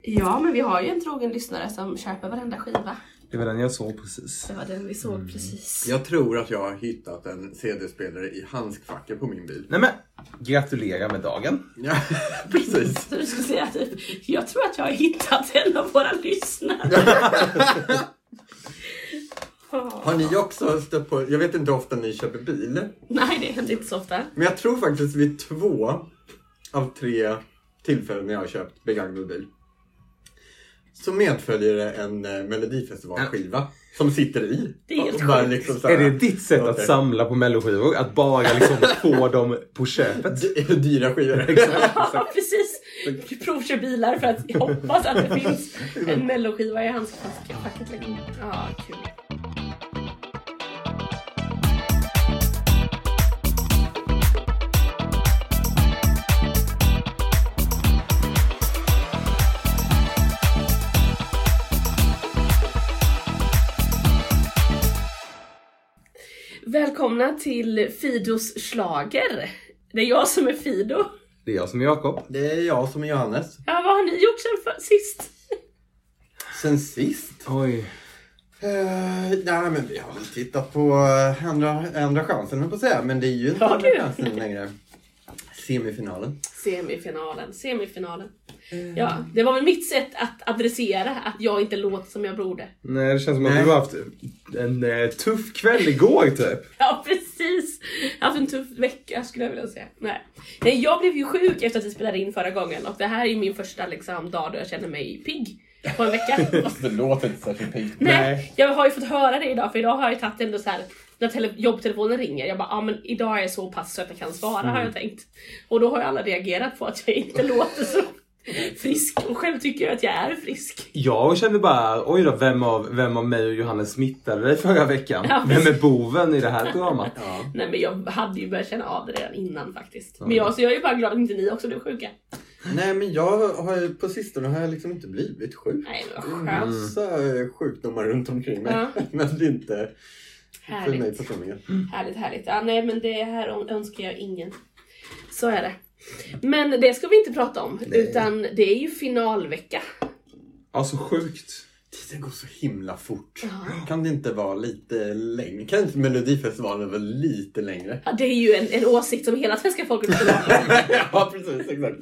Ja, men vi har ju en trogen lyssnare som köper varenda skiva. Det var den jag såg precis. Det var den vi såg precis. Jag tror att jag har hittat en CD-spelare i handskfacket på min bil. Nej men, gratulerar med dagen. Ja, precis. Så du skulle säga typ, jag tror att jag har hittat en av våra lyssnare. Har ni också stött på, jag vet inte hur ofta ni köper bil. Nej, det händer inte så ofta. Men jag tror faktiskt vid 2 av 3 tillfällen när jag har köpt begagnad bil så medföljer det en Melodifestivalskiva som sitter i. Det är helt bara sjukt. liksom så här, Är det ditt sätt att samla på melloskivor? Att bara liksom få dem på köpet? dyra skivor. Ja, precis. Vi provkör bilar för att jag hoppas att det finns en melloskiva i handskfacket. Ja, kul. Välkomna till Fidos slager. Det är jag som är Fido. Det är jag som är Jakob. Det är jag som är Johannes. Ja, vad har ni gjort sist? Sen sist? Oj. Nej, men vi har väl tittat på andra chansen, men på att säga. Men det är ju inte andra chansen längre. Semifinalen. Ja, det var väl mitt sätt att adressera att jag inte låter som jag borde. Nej, det känns som att du har haft en tuff kväll igår typ. Ja, precis. Jag har haft en tuff vecka skulle jag vilja säga. Nej, jag blev ju sjuk efter att vi spelade in förra gången. Och det här är min första dag då jag känner mig pigg på en vecka. Det låter inte särskilt pigg. Nej, jag har ju fått höra det idag. För idag har jag tagit ändå så här, när jobbtelefonen ringer. Jag bara, men idag är jag så pass så att jag kan svara har jag tänkt. Och då har ju alla reagerat på att jag inte låter så frisk. Och själv tycker jag att jag är frisk. Jag kände bara, oj då, vem av mig och Johannes smittade dig förra veckan? Ja, vem är boven i det här dramat? Ja. Nej, men jag hade ju börjat känna av det redan innan faktiskt. Men jag är ju bara glad att inte ni också blev sjuka. Nej, men jag har ju på sistone har jag liksom inte blivit sjuk. Nej, men vad Det är skönt. massa sjukdomar runt omkring mig. Ja. Men det är inte Härligt. för mig personligen. Härligt. Ja, nej, men det här önskar jag ingen. Så är det. Men det ska vi inte prata om. Nej. Utan det är ju finalvecka. Alltså sjukt. Tiden går så himla fort. Ja. Kan det inte vara lite längre? Kan inte Melodifestivalen vara lite längre? Ja, det är ju en åsikt som hela svenska folket står bakom. Ja, precis. Exakt.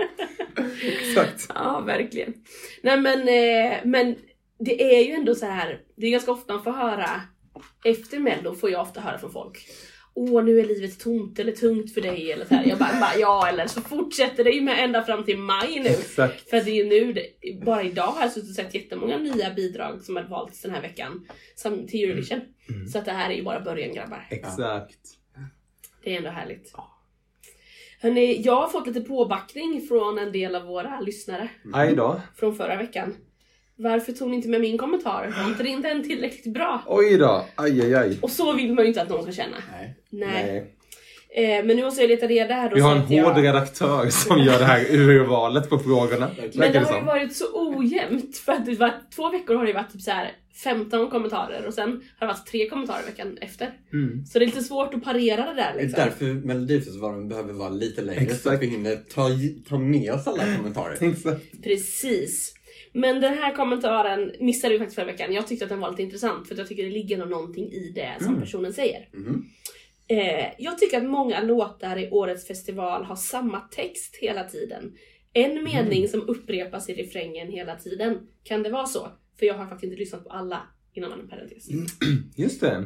Exakt. Ja, verkligen. Nej, men det är ju ändå så här. Det är ganska ofta man får höra. Efter Mello får jag ofta höra från folk. Nu är livet tomt eller tungt för dig. Eller så här. Jag bara, ja, eller så fortsätter det ju med ända fram till maj nu. Exakt. För det är ju nu, bara idag har jag sett jättemånga nya bidrag som har valts den här veckan. Som till Eurovision. Så att det här är ju bara början, grabbar. Exakt. Det är ändå härligt. Hörrni, jag har fått lite påbackning från en del av våra lyssnare. Aj då. Från förra veckan. Varför tog ni inte med min kommentar? Var inte inte en tillräckligt bra? Oj då. Aj. Och så vill man ju inte att någon ska känna. Nej. Men nu måste jag leta reda här då. Vi har så en att jag... hård redaktör som gör det här urvalet på frågorna. Men det har ju varit så ojämnt. För att det var 2 veckor har det varit typ så här 15 kommentarer. Och sen har det varit 3 kommentarer veckan efter. Så det är lite svårt att parera det där liksom. Det är därför Melodifestivalen behöver vara lite längre. Exakt. Så att vi hinner ta med oss alla kommentarer. Exakt. Precis. Men den här kommentaren missade vi faktiskt förra veckan. Jag tyckte att den var lite intressant. För att jag tycker det ligger någonting i det som personen säger. Jag tycker att många låtar i årets festival har samma text hela tiden. En mening som upprepas i refrängen hela tiden. Kan det vara så? För jag har faktiskt inte lyssnat på alla inom en parentes. Just det.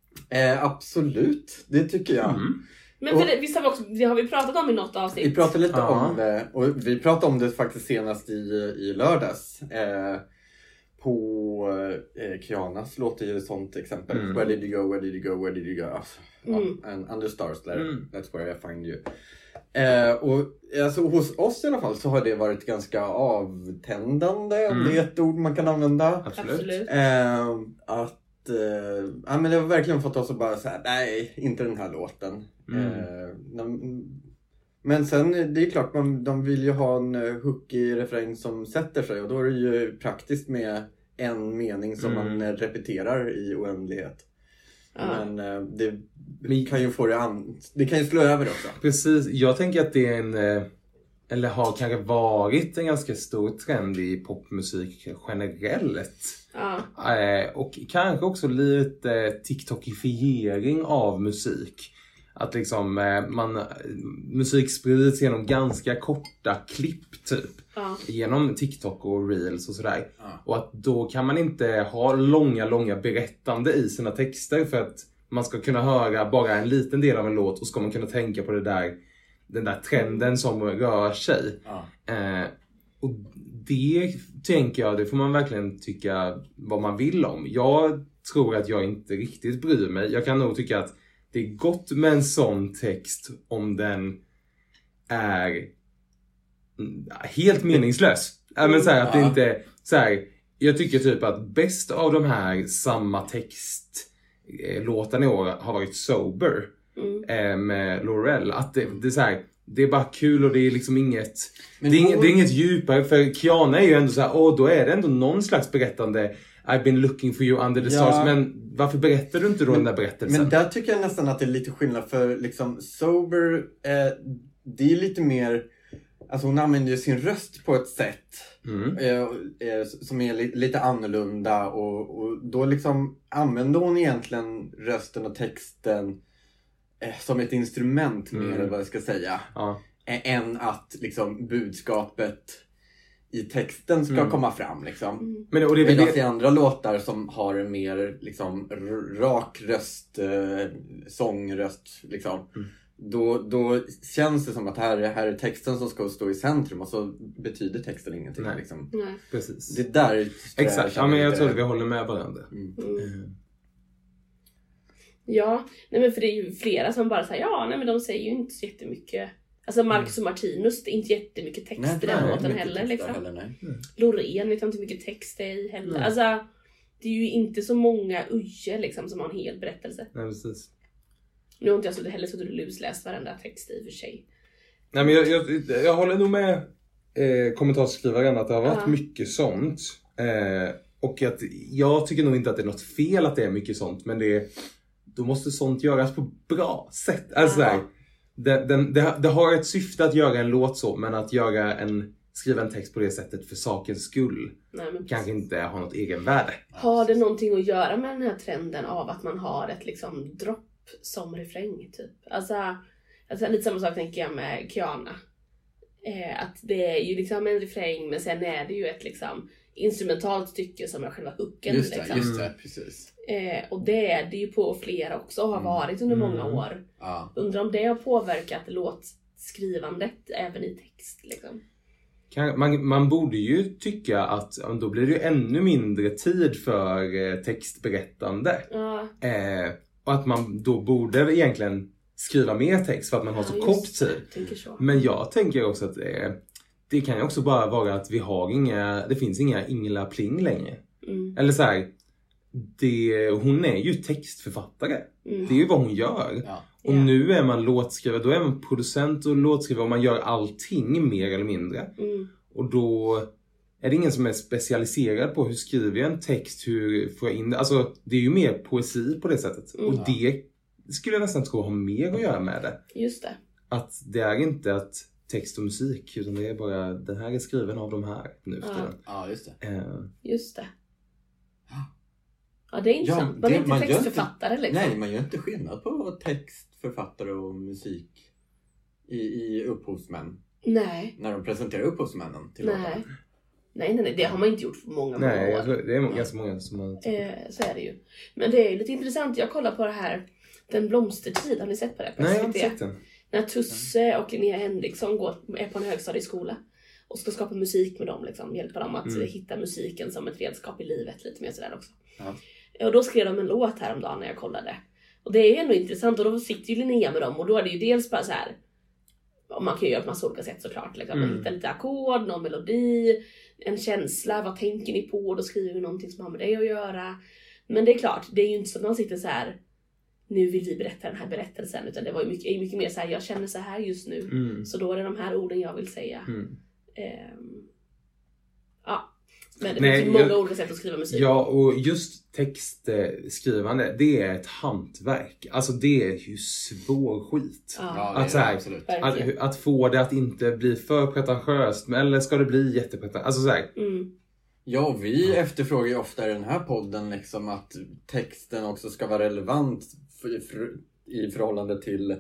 Absolut, det tycker jag. Men för visst har vi också, det har vi pratat om i något avsnitt. Vi pratade lite om det. Och vi pratade om det faktiskt senast i lördags. På Kianas låter ju ett sånt exempel. Where did you go, where did you go, where did you go? Alltså, and under stars there, that's where I find you. Och alltså, hos oss i alla fall så har det varit ganska avtändande. Om det är ett ord man kan använda. Absolut. Men det har verkligen fått oss att bara säga nej, inte den här låten. Men sen det är klart de vill ju ha en hookig refräng som sätter sig. Och då är det ju praktiskt med en mening som man repeterar i oändlighet. Men det kan ju få det kan ju slå över också. Precis, jag tänker att det är eller har kanske varit en ganska stor trend i popmusik generellt. Ja. Och kanske också lite TikTokifiering av musik. Att liksom musik sprids genom ganska korta klipp typ. Ja. Genom TikTok och Reels och sådär. Ja. Och att då kan man inte ha långa berättande i sina texter för att man ska kunna höra bara en liten del av en låt och ska man kunna tänka på den där trenden som rör sig. Ja. Och det tänker jag, det får man verkligen tycka vad man vill om. Jag tror att jag inte riktigt bryr mig. Jag kan nog tycka att det är gott med en sån text om den är helt meningslös. Men så här, att det inte så här, jag tycker typ att bäst av de här samma textlåtarna i år har varit Sober med Laurel. Att det är så här, det är bara kul och det är liksom inget det är inget djupare, för Kiana är ju ändå så här, då är det ändå någon slags berättande. I've been looking for you under the stars. Men varför berättar du inte då den där berättelsen? Men där tycker jag nästan att det är lite skillnad. För liksom Sober, det är lite mer, alltså hon använder ju sin röst på ett sätt som är lite annorlunda. Och då liksom använder hon egentligen rösten och texten som ett instrument mer, eller vad jag ska säga. Ja. Än att liksom budskapet i texten ska komma fram liksom. Men och det är i andra låtar som har en mer liksom rak röst, sångröst liksom. Då känns det som att här är texten som ska stå i centrum och så betyder texten ingenting. Nej. Liksom. Nej. Precis. Det där exakt. Ja, men jag tror att vi håller med varandra. Ja, nej men för det är ju flera som bara säger men de säger ju inte så jättemycket. Alltså Marcus och Martinus, det är inte jättemycket text i den låten heller liksom. Loreen vet jag inte mycket text i heller. Alltså det är ju inte så många liksom som har en hel berättelse. Nej, precis. Nu har inte jag heller suttit och lusläst varenda text i och för sig. Nej, men jag håller nog med kommentarsskrivaren att det har varit mycket sånt. Och att jag tycker nog inte att det är något fel att det är mycket sånt, men då måste sånt göras på bra sätt. Alltså det har ett syfte att göra en låt så, men att skriva en text på det sättet för sakens skull kanske inte har något egenvärde. Har det någonting att göra med den här trenden av att man har ett liksom dropp som refräng typ? Alltså lite samma sak tänker jag med Kiana. Att det är ju liksom en refräng, men sen är det ju ett liksom instrumentalt stycke som är själva hooken. Just det, precis. Och det är det ju på flera också och har varit under många år. Undrar om det har påverkat låtskrivandet även i text liksom. Man borde ju tycka att då blir det ju ännu mindre tid för textberättande. Och att man då borde egentligen skriva mer text för att man har så kort tid. Men jag tänker också att det kan ju också bara vara att det finns inga Ingela Pling längre. Eller så här, hon är ju textförfattare. Det är ju vad hon gör. Och nu är man låtskrivare, då är man producent och låtskrivare och man gör allting mer eller mindre. Och då är det ingen som är specialiserad på hur skriver jag en text, hur får jag in det. Alltså det är ju mer poesi på det sättet. Och det skulle jag nästan tro har mer att göra med det. Just det. Att det är inte att text och musik, utan det är bara den här är skriven av de här nu för tiden. Ja, just det. Just det. Ja, det är intressant. Man är inte textförfattare liksom. Nej, man gör inte skillnad på textförfattare och musik i upphovsmän. Nej. När de presenterar upphovsmännen till låtarna. Nej, det har man inte gjort för många år. Nej, det är ganska många som har... Så är det ju. Men det är ju lite intressant. Jag kollar på det här Den blomstertid. Har ni sett på det? Nej, jag har inte sett den. När Tusse och Linnea Henriksson är på en högstadieskola och ska skapa musik med dem liksom, hjälpa dem att hitta musiken som ett redskap i livet lite mer sådär också. Och då skrev de en låt häromdagen när jag kollade. Och det är ju ändå intressant, och då sitter ju Linnea med dem och då är det ju dels bara så här, man kan ju göra på massa olika sätt såklart liksom. Man hittar lite ackord, någon melodi, en känsla, vad tänker ni på? Och då skriver vi någonting som har med det att göra. Men det är klart, det är ju inte så att man sitter så här, nu vill vi berätta den här berättelsen, utan det var ju mycket mer så här, jag känner så här just nu, så då är det de här orden jag vill säga. Men det finns många olika sätt att skriva musik. Ja, och just textskrivande, det är ett hantverk. Alltså det är ju svår skit. Ja, absolut. Att få det att inte bli för pretentiöst, eller ska det bli jättepretentiöst? Alltså så här. Ja, vi efterfrågar ju ofta i den här podden liksom att texten också ska vara relevant i förhållande till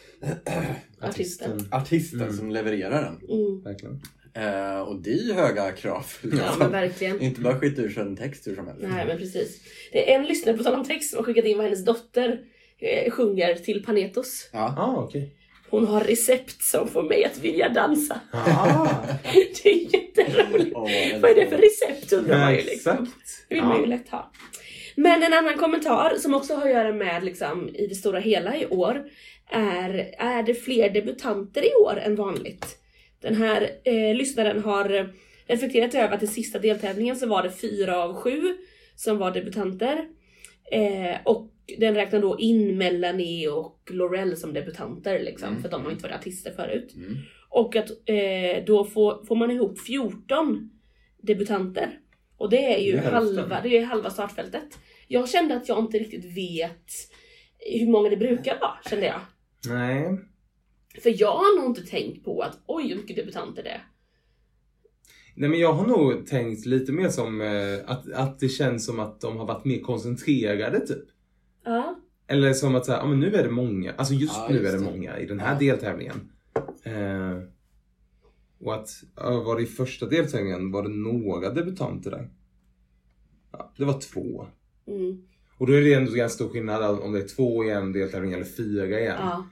artisten som levererar den. Verkligen. Och det är ju höga krav. Ja, men verkligen. Inte bara skita ur sig en text hur som helst. Nej, men precis. Det är en lyssnare på tal om text som har skickat in vad hennes dotter sjunger till Panetos. Okej. Hon har recept som får mig att vilja dansa. Det är jätteroligt. Vad är det för recept, undrar man ju liksom. Det vill man ju lätt ha. Men en annan kommentar som också har att göra med liksom, i det stora hela i år är det fler debutanter i år än vanligt. Den här lyssnaren har reflekterat över att i sista deltävlingen så var det 4 av 7 som var debutanter. Och den räknar då in Melanie och Laurel som debutanter liksom, för de har inte varit artister förut. Och att då får man ihop 14 debutanter. Och det är ju halva startfältet. Jag kände att jag inte riktigt vet hur många det brukar vara, kände jag. Nej. För jag har nog inte tänkt på att oj, hur mycket debutanter det är. Nej, men jag har nog tänkt lite mer som att det känns som att de har varit mer koncentrerade typ. Ja. Eller som att säga, men nu är det många. Alltså just nu är det många i den här deltävlingen. Och att var det i första deltävlingen var det några debutanter där. Ja, det var 2. Och då är det ändå ganska stor skillnad om det är 2 i en deltävling eller 4 i en. Ja.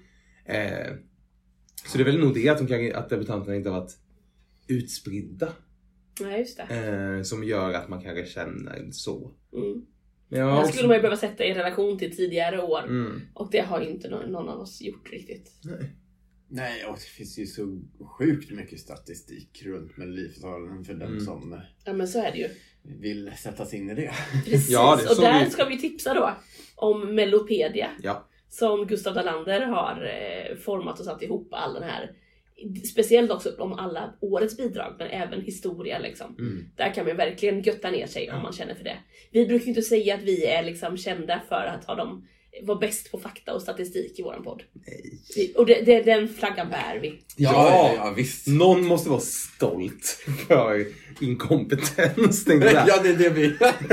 Så det är väl nog det att debutanterna inte har varit utspridda. Nej, just det. Som gör att man kanske känner så. Det skulle man ju behöva sätta i relation till tidigare år. Och det har ju inte någon av oss gjort riktigt. Nej, och det finns ju så sjukt mycket statistik runt Melodifestivalen för den som... Ja, men så är det ju. Vill sätta sig in i det. Precis, och där ska vi tipsa då om Melopedia. Ja. Som Gustav Dalander har format och satt ihop all den här. Speciellt också om alla årets bidrag, men även historia liksom. Där kan man verkligen götta ner sig om man känner för det. Vi brukar inte säga att vi är liksom kända för att vara bäst på fakta och statistik i våran podd. Nej. Och den flaggan bär vi. Ja, visst. Någon måste vara stolt för inkompetens. Ja, det är det vi...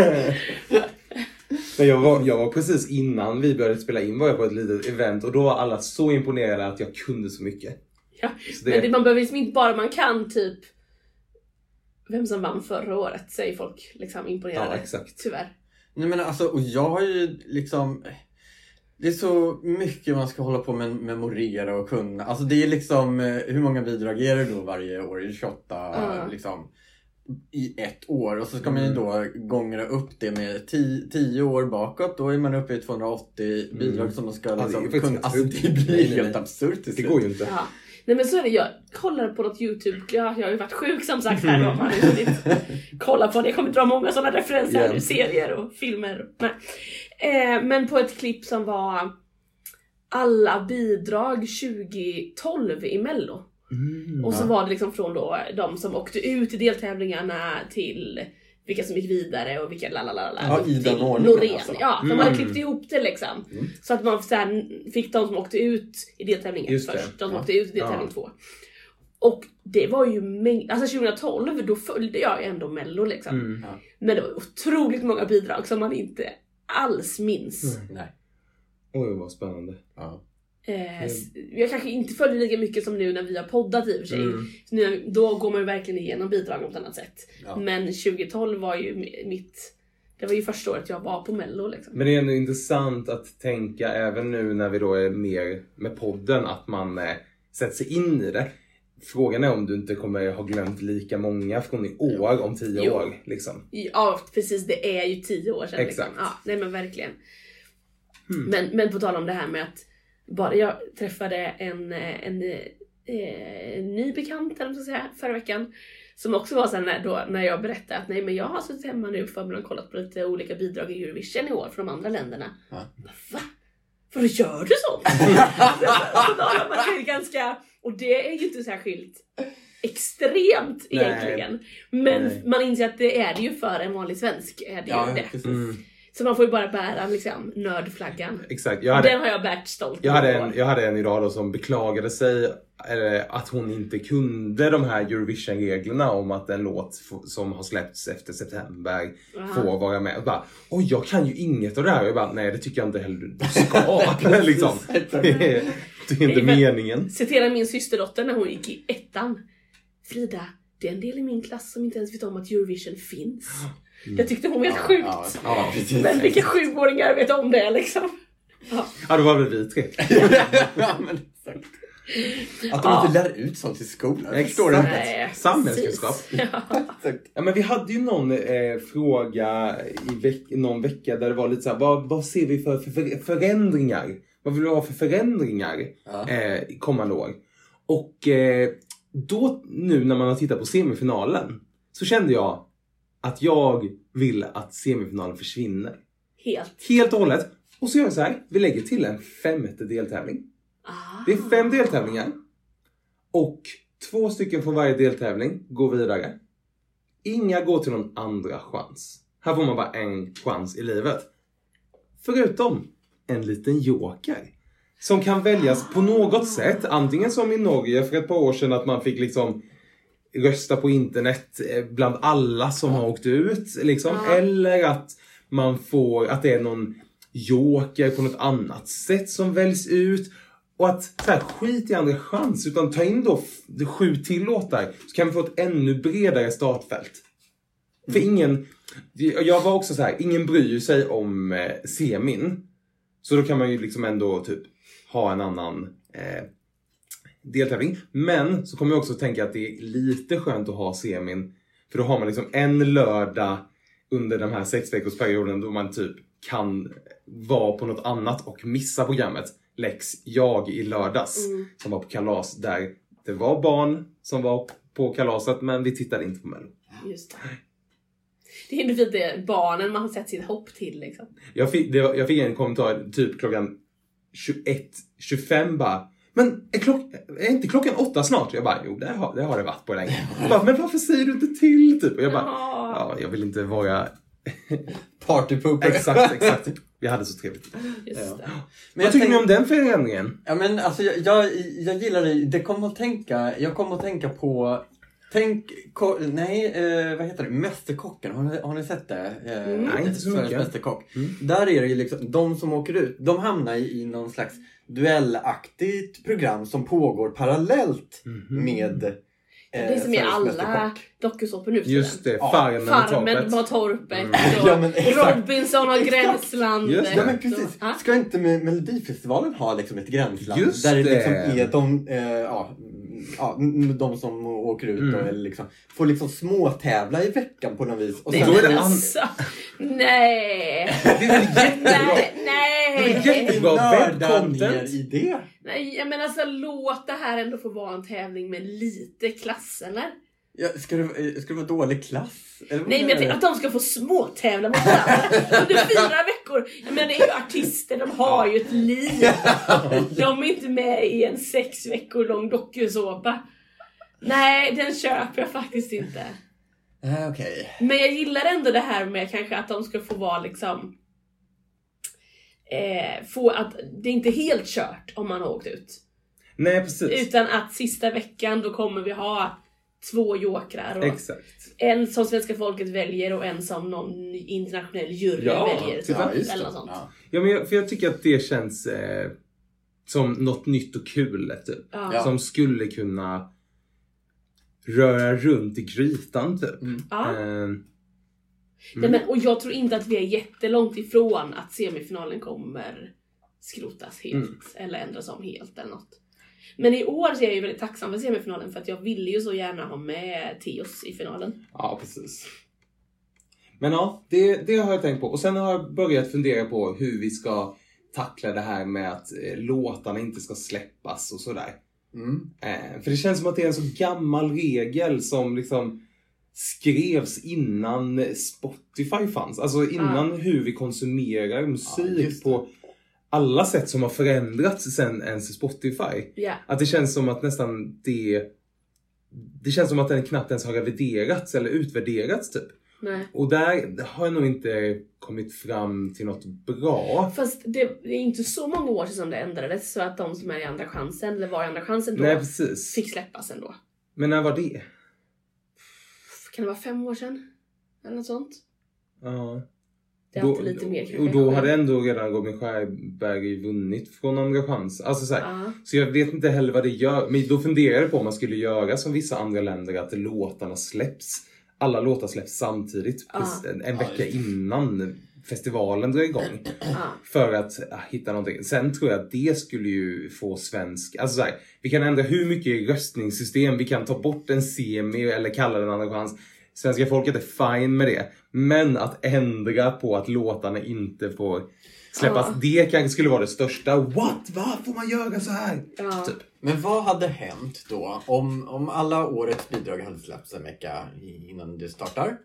Men jag var precis innan vi började spela in var jag på ett litet event. Och då var alla så imponerade att jag kunde så mycket. Ja, men man behöver liksom inte bara man kan typ vem som vann förra året, säger folk liksom imponerade. Ja, exakt. Tyvärr. Nej, men alltså, och jag har ju liksom... Det är så mycket man ska hålla på med memorera och kunna. Alltså det är liksom, hur många bidrag är det då varje år? 28 liksom i ett år. Och så ska man ju då gångra upp det med 10 år bakåt. Då är man uppe i 280 bidrag som man ska liksom kunna. Alltså det blir helt absurt. Det går ju inte. Ja. Nej, men så är det. Jag kollar på något YouTube. Jag har ju varit sjuk som sagt här då. Man har inte kolla på det. Jag kommer dra många sådana referenser, serier och filmer. Nej. Men på ett klipp som var alla bidrag 2012 i Mello. Och så var det liksom från då de som åkte ut i deltävlingarna till vilka som gick vidare och vilka lalalala. Ja, i den ordningen alltså. Ja, de hade klippt ihop det liksom. Så att man sen fick de som åkte ut i deltävlingen först. De som åkte ut i deltävling 2. Och det var ju alltså 2012 då följde jag ändå Mello liksom. Men det var otroligt många bidrag som man inte alls minns. Nej. Oj, vad spännande. Ja. Jag kanske inte följer lika mycket som nu när vi har poddat i och för sig. Nu, då går man ju verkligen igenom bidrag på ett annat sätt. Men 2012 var ju det var ju första året jag var på Mello liksom. Men det är ändå intressant att tänka även nu när vi då är mer med podden att man sätter sig in i det. Frågan är om du inte kommer ha glömt lika många från i år om 10 år liksom. Ja, precis, det är ju 10 år sedan. Exakt. Liksom. Ja, nej men verkligen. Men på tal om det här med att bara jag träffade en ny bekant eller så att säga, förra veckan som också var så när jag berättade att nej men jag har suttit hemma nu för att man har kollat på lite olika bidrag i Eurovision i år från de andra länderna. Va? För då gör du sånt? Så då har man ganska, och det är ju inte särskilt extremt egentligen. Men man inser att det är det ju för en vanlig svensk. Är det ju det. Så man får ju bara bära liksom nördflaggan. Exakt. Den har jag bärt stolt. Jag hade en idag då som beklagade sig att hon inte kunde de här Eurovision-reglerna om att en låt som har släppts efter september får vara med. Och bara, jag kan ju inget av det här. Och jag bara, nej det tycker jag inte heller du ska. Liksom. Det är inte meningen. Citera min systerdotter när hon gick i 1:an. Frida, det är en del i min klass som inte ens vet om att Eurovision finns. Jag tyckte hon var helt sjukt. Men vilka 7-åringar vet om det liksom. Ja, då var väl vi 3. Ja, men exakt. Att de inte lär ut sånt i skolan. Jag förstår det inte. Samhällskunskap. Ja, men vi hade ju någon fråga i någon vecka där det var lite så här, vad ser vi för förändringar? Vad vill vi ha för förändringar i kommande år? Och då nu när man har tittat på semifinalen så kände jag att jag vill att semifinalen försvinner. Helt och hållet. Och så gör vi så här. Vi lägger till en 5:e deltävling. Det är 5 deltävlingar. Och 2 stycken från varje deltävling går vidare. Inga går till någon andra chans. Här får man bara en chans i livet. Förutom en liten joker. Som kan väljas på något sätt. Antingen som i Norge för ett par år sedan att man fick liksom rösta på internet bland alla som har åkt ut. Liksom. Eller att man får, att det är någon joker på något annat sätt som väljs ut. Och att så här, skit i andra chans. Utan ta in då 7 tillåtar. Så kan vi få ett ännu bredare startfält. För jag var också så här, ingen bryr sig om semin. Så då kan man ju liksom ändå typ ha en annan deltävling. Men så kommer jag också tänka att det är lite skönt att ha semin. För då har man liksom en lördag under den här 6-veckorsperioden då man typ kan vara på något annat och missa programmet. Lex jag i lördags som var på kalas där det var barn som var på kalaset men vi tittade inte på Mello. Just det. Det är ändå fint det barnen man har sett sitt hopp till liksom. Jag fick en kommentar typ klockan 21:25 bara. Men är inte klockan 8 snart? Jag bara, jo det har det varit på länge. Bara, men varför säger du inte till? Typ. Och jag bara, jag vill inte vara partypooper. Exakt. Vi hade så trevligt. Just det. Men vad tycker ni om den förändringen? Ja men alltså jag gillar det. Jag kommer att tänka på vad heter det? Mästerkocken. Har ni sett det? Nej, inte så mycket. Mästerkock. Där är det ju liksom de som åker ut. De hamnar i någon slags duellaktigt program som pågår parallellt med det är som i alla dokusåpor nu. Just det, Farmen på torpet. Robinson och Gränsland. Ja men precis. Ska inte Melodifestivalen ha liksom ett gränsland? Just där det liksom är de som åker ut och liksom, får liksom småtävla i veckan på något vis. Och sen, nej. Det är väl jättebra. Nej. Det är jättebra webbcontent i det. Nej, jag menar alltså låt det här ändå få vara en tävling med lite klass, eller? Ja, ska det vara dålig klass? Eller nej, men jag tänker att de ska få småtävla mot varandra under 4 veckor. Jag menar, det är ju artister, de har ju ett liv. De är inte med i en 6 veckor lång dokusåpa. Nej, den köper jag faktiskt inte. Okej. Men jag gillar ändå det här med kanske att de ska få vara liksom få att det är inte helt kört om man har åkt ut. Nej, precis. Utan att sista veckan då kommer vi ha 2 jokrar. Och exakt. En som svenska folket väljer och en som någon internationell jury väljer. Eller något sånt. Ja, men för jag tycker att det känns som något nytt och kul. Typ. Ja. Som skulle kunna röra runt i grytan typ. Nej, men, och jag tror inte att vi är jättelångt ifrån att semifinalen kommer skrotas helt. Eller ändras om helt eller något. Men i år så är jag ju väldigt tacksam för semifinalen. För att jag ville ju så gärna ha med Theos i finalen. Ja, precis. Men ja, det har jag tänkt på. Och sen har jag börjat fundera på hur vi ska tackla det här med att låtarna inte ska släppas och sådär. För det känns som att det är en så gammal regel som liksom skrevs innan Spotify fanns. Alltså innan hur vi konsumerar musik på alla sätt som har förändrats sen ens Spotify. Yeah. Att det känns som att nästan det det känns som att den knappt ens har reviderats eller utvärderats typ. Nej. Och där har jag nog inte kommit fram till något bra. Fast det är inte så många år sedan det ändrades så att de som är i andra chansen, eller var i andra chansen då, Nej, precis. fick släppas ändå. Men när var det? Kan det vara 5 år sedan? Eller något sånt? Ja. Det är alltid lite mer kanske. Och då hade ändå redan Robin Scherberg vunnit från andra chans. Alltså så jag vet inte heller vad det gör. Men då funderar jag på om man skulle göra som vissa andra länder, att låtarna släpps. Alla låtar släpps samtidigt en vecka innan festivalen drar igång. För att hitta någonting. Sen tror jag att det skulle ju få svensk... Alltså vi kan ändra hur mycket röstningssystem. Vi kan ta bort en semi eller kalla den andra chans. Svenska folket är fine med det. Men att ändra på att låtarna inte får släppas. Det kanske skulle vara det största. What? Vad får man göra så här? Typ. Men vad hade hänt då om alla årets bidrag hade släppts en vecka innan det startar?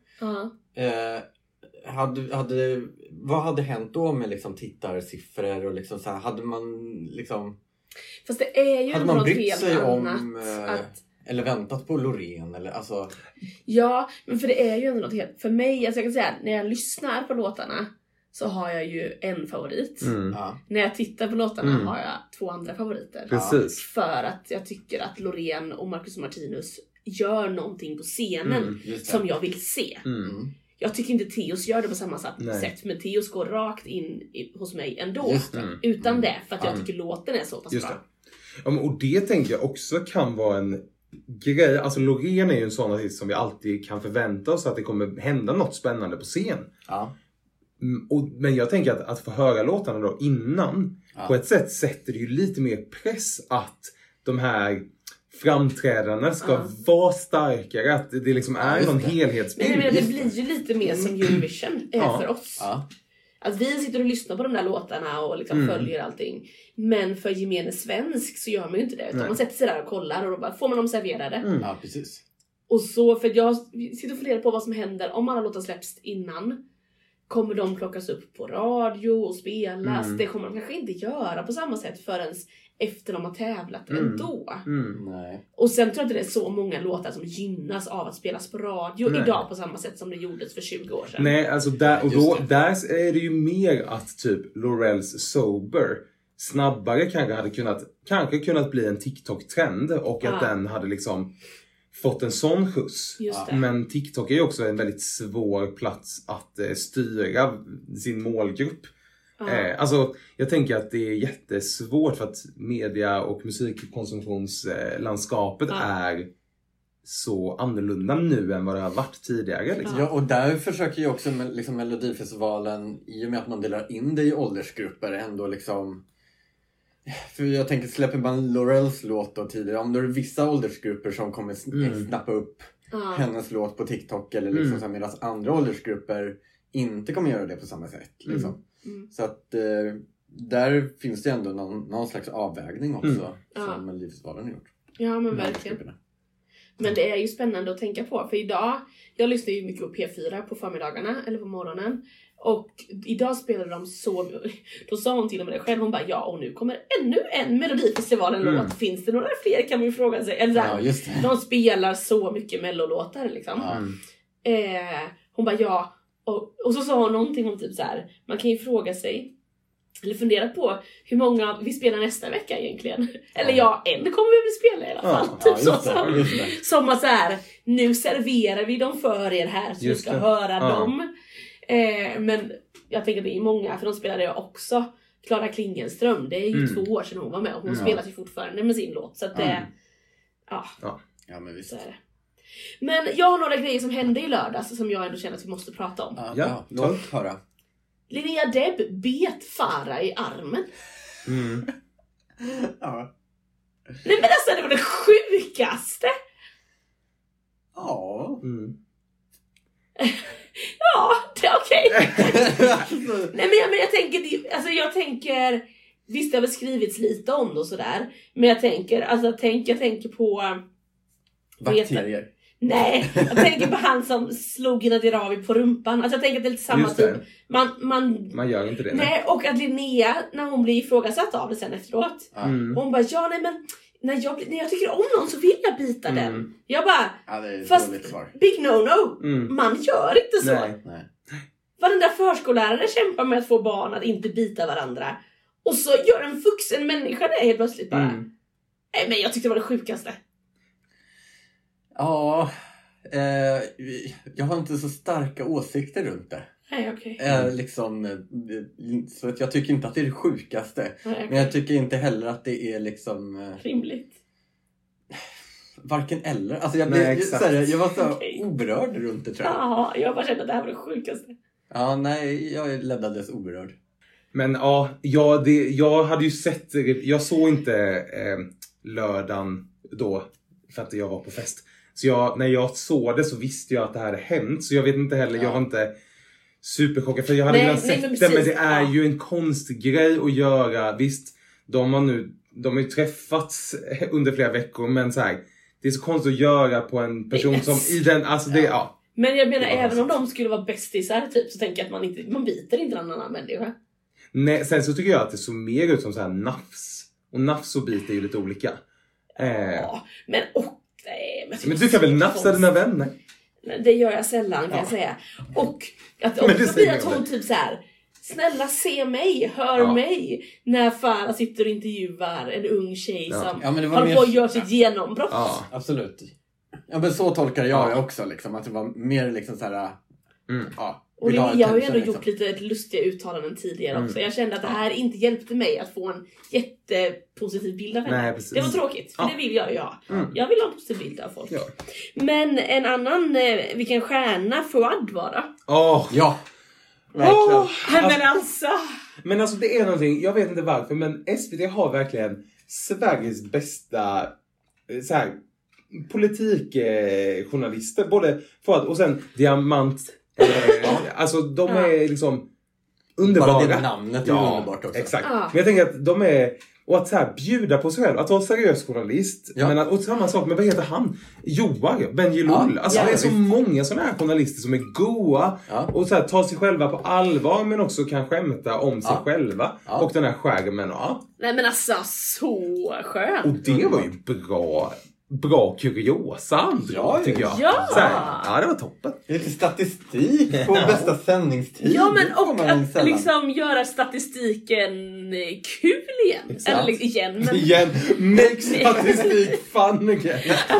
Vad hade hänt då med liksom tittarsiffror och liksom så här, hade man liksom... Fast det är ju hade man brytt sig annat om eller väntat på Loreen eller alltså... Ja, men för det är ju ändå något helt... För mig, alltså jag kan säga, när jag lyssnar på låtarna så har jag ju en favorit. När jag tittar på låtarna har jag 2 andra favoriter. Precis. För att jag tycker att Loreen och Marcus och Martinus gör någonting på scenen som jag vill se. Jag tycker inte Theos gör det på samma sätt. Men Theos går rakt in hos mig ändå. Utan det. För att jag tycker låten är så pass bra. Ja, och det tänker jag också kan vara en grej. Alltså Loreen är ju en sån artist som vi alltid kan förvänta oss att det kommer hända något spännande på scen. Men jag tänker att få höra låtarna då innan på ett sätt sätter det ju lite mer press att de här framträdandena ska vara starkare, att det liksom är någon helhetsbild. Men det blir ju lite mer som Eurovision för oss. Att vi sitter och lyssnar på de där låtarna och liksom följer allting. Men för gemene svensk så gör man ju inte det. Utan man sätter sig där och kollar och då bara får man dem serverade. Ja, precis. Och så, för jag sitter och funderar på vad som händer om alla låtar släpps innan. Kommer de plockas upp på radio och spelas? Det kommer de kanske inte göra på samma sätt förrän efter de har tävlat ändå. Nej. Och sen tror jag inte det är så många låtar som gynnas av att spelas på radio idag på samma sätt som det gjordes för 20 år sedan. Nej, alltså där är det ju mer att typ Lorells Sober snabbare kanske hade kunnat bli en TikTok-trend och att den hade liksom fått en sån skjuts. Men TikTok är ju också en väldigt svår plats att styra sin målgrupp. Alltså jag tänker att det är jättesvårt för att media- och musikkonsumtionslandskapet är så annorlunda nu än vad det har varit tidigare. Liksom. Ja, och där försöker ju också liksom Melodifestivalen, i och med att man delar in det i åldersgrupper, ändå liksom... För jag tänker, släpper man Lorells låt då tidigare, om det är vissa åldersgrupper som kommer snappa upp hennes låt på TikTok eller liksom så här, medan andra åldersgrupper inte kommer göra det på samma sätt liksom. Så att där finns det ändå någon slags avvägning också som Melodifestivalen har gjort. Ja, men verkligen. Men det är ju spännande att tänka på, för idag, jag lyssnar ju mycket på P4 på förmiddagarna eller på morgonen. Och idag spelade de så... Då sa hon till och med det själv. Hon bara, och nu kommer ännu en Melodifestivalen-låt. Finns det några fler kan man ju fråga sig. Eller just det. De spelar så mycket mellolåtar liksom. Hon bara, och så sa hon någonting om typ så här. Man kan ju fråga sig, eller fundera på hur många vi spelar nästa vecka egentligen. Eller en kommer vi väl spela i alla fall. Typ som att så här, nu serverar vi dem för er här så du ska höra dem. Men jag tänker att det är många, för de spelade också Klara Klingenström. Det är ju 2 år sedan hon var med och hon spelar ju fortfarande med sin låt. Så att ja, men visst. Så är det. Men jag har några grejer som hände i lördags som jag ändå känner att vi måste prata om. Låt höra. Linnea Deb bet Farah i armen. Nej men alltså, det var det sjukaste. Ja, det är okej. Nej men jag tänker visst det har väl skrivits lite om det och sådär. Men jag tänker på bakterier. Nej, jag tänker på han som slog Nadia Ravi på rumpan. Alltså jag tänker att det är lite samma typ. Man gör inte det. Nej, och att Linnea, när hon blir ifrågasatt av det sen efteråt. Hon bara, nej men när jag tycker om någon så vill jag bita den. Jag bara, Ja, det är fast big no. Man gör inte så. Nej. Varenda förskollärare kämpar med att få barn att inte bita varandra. Och så gör en vuxen människa det helt plötsligt bara. Nej, men jag tyckte det var det sjukaste. Ja, jag har inte så starka åsikter runt det. Nej, okej. Så att jag tycker inte att det är det sjukaste. Nej, okay. Men jag tycker inte heller att det är liksom... rimligt. Varken eller. Alltså jag var så oberörd runt det, tror jag. Ja, jag bara kände att det här var det sjukaste. Ja, nej, jag lämnades oberörd. Men ja, jag hade ju sett... Jag såg inte lördagen då, för att jag var på fest. Så när jag såg det så visste jag att det här hade hänt. Så jag vet inte heller, jag var inte superchockad. För jag hade redan sett det, men det är ju en konstgrej att göra. Visst, de har ju träffats under flera veckor, men så här, det är så konstigt att göra på en person som i den, alltså det, ja. Men jag menar, även om de skulle vara bästisar typ, så tänker jag att man biter inte en annan människa. Nej, sen så tycker jag att det såg mer ut som så här nafs. Och nafs och bit är ju lite olika. Ja, men men du kan väl nafsa dina vänner? Det gör jag sällan, kan jag säga. Och att också blir att hon typ så här: snälla se mig, hör mig. När Farah sitter och intervjuar en ung tjej som håller på att göra sitt genombrott. Ja, absolut. Ja, men så tolkar jag också liksom, att det var mer liksom så här. Och jag har ju ändå gjort lite lustiga uttalanden tidigare också. Jag kände att det här inte hjälpte mig att få en jättepositiv bild av henne. Det var tråkigt, för det vill jag ju ha. Jag vill ha en positiv bild av folk. Men en annan, vilken stjärna Fouad var då? Ja, verkligen. Men alltså det är någonting, jag vet inte varför, men SVT har verkligen Sveriges bästa så här, politikjournalister. Både Fouad och sen Diamant. Alltså de är liksom underbara. Bara det namnet är underbart också. Exakt. Men jag tänker att de är, och att så här bjuda på sig själv, att vara seriös journalist, men att, och samma sak med, vad heter han? Joar Benjelul. Alltså det är så många sådana här journalister som är goa och så här, tar sig själva på allvar, men också kan skämta om sig själva och den här skärmen. Nej, men alltså så skönt. Och det var ju bra kuriosa, tycker jag. Det var toppen. Lite statistik på bästa sändningstid. Ja, men och att liksom göra statistiken kul igen. Eller igen. Make statistik fun again.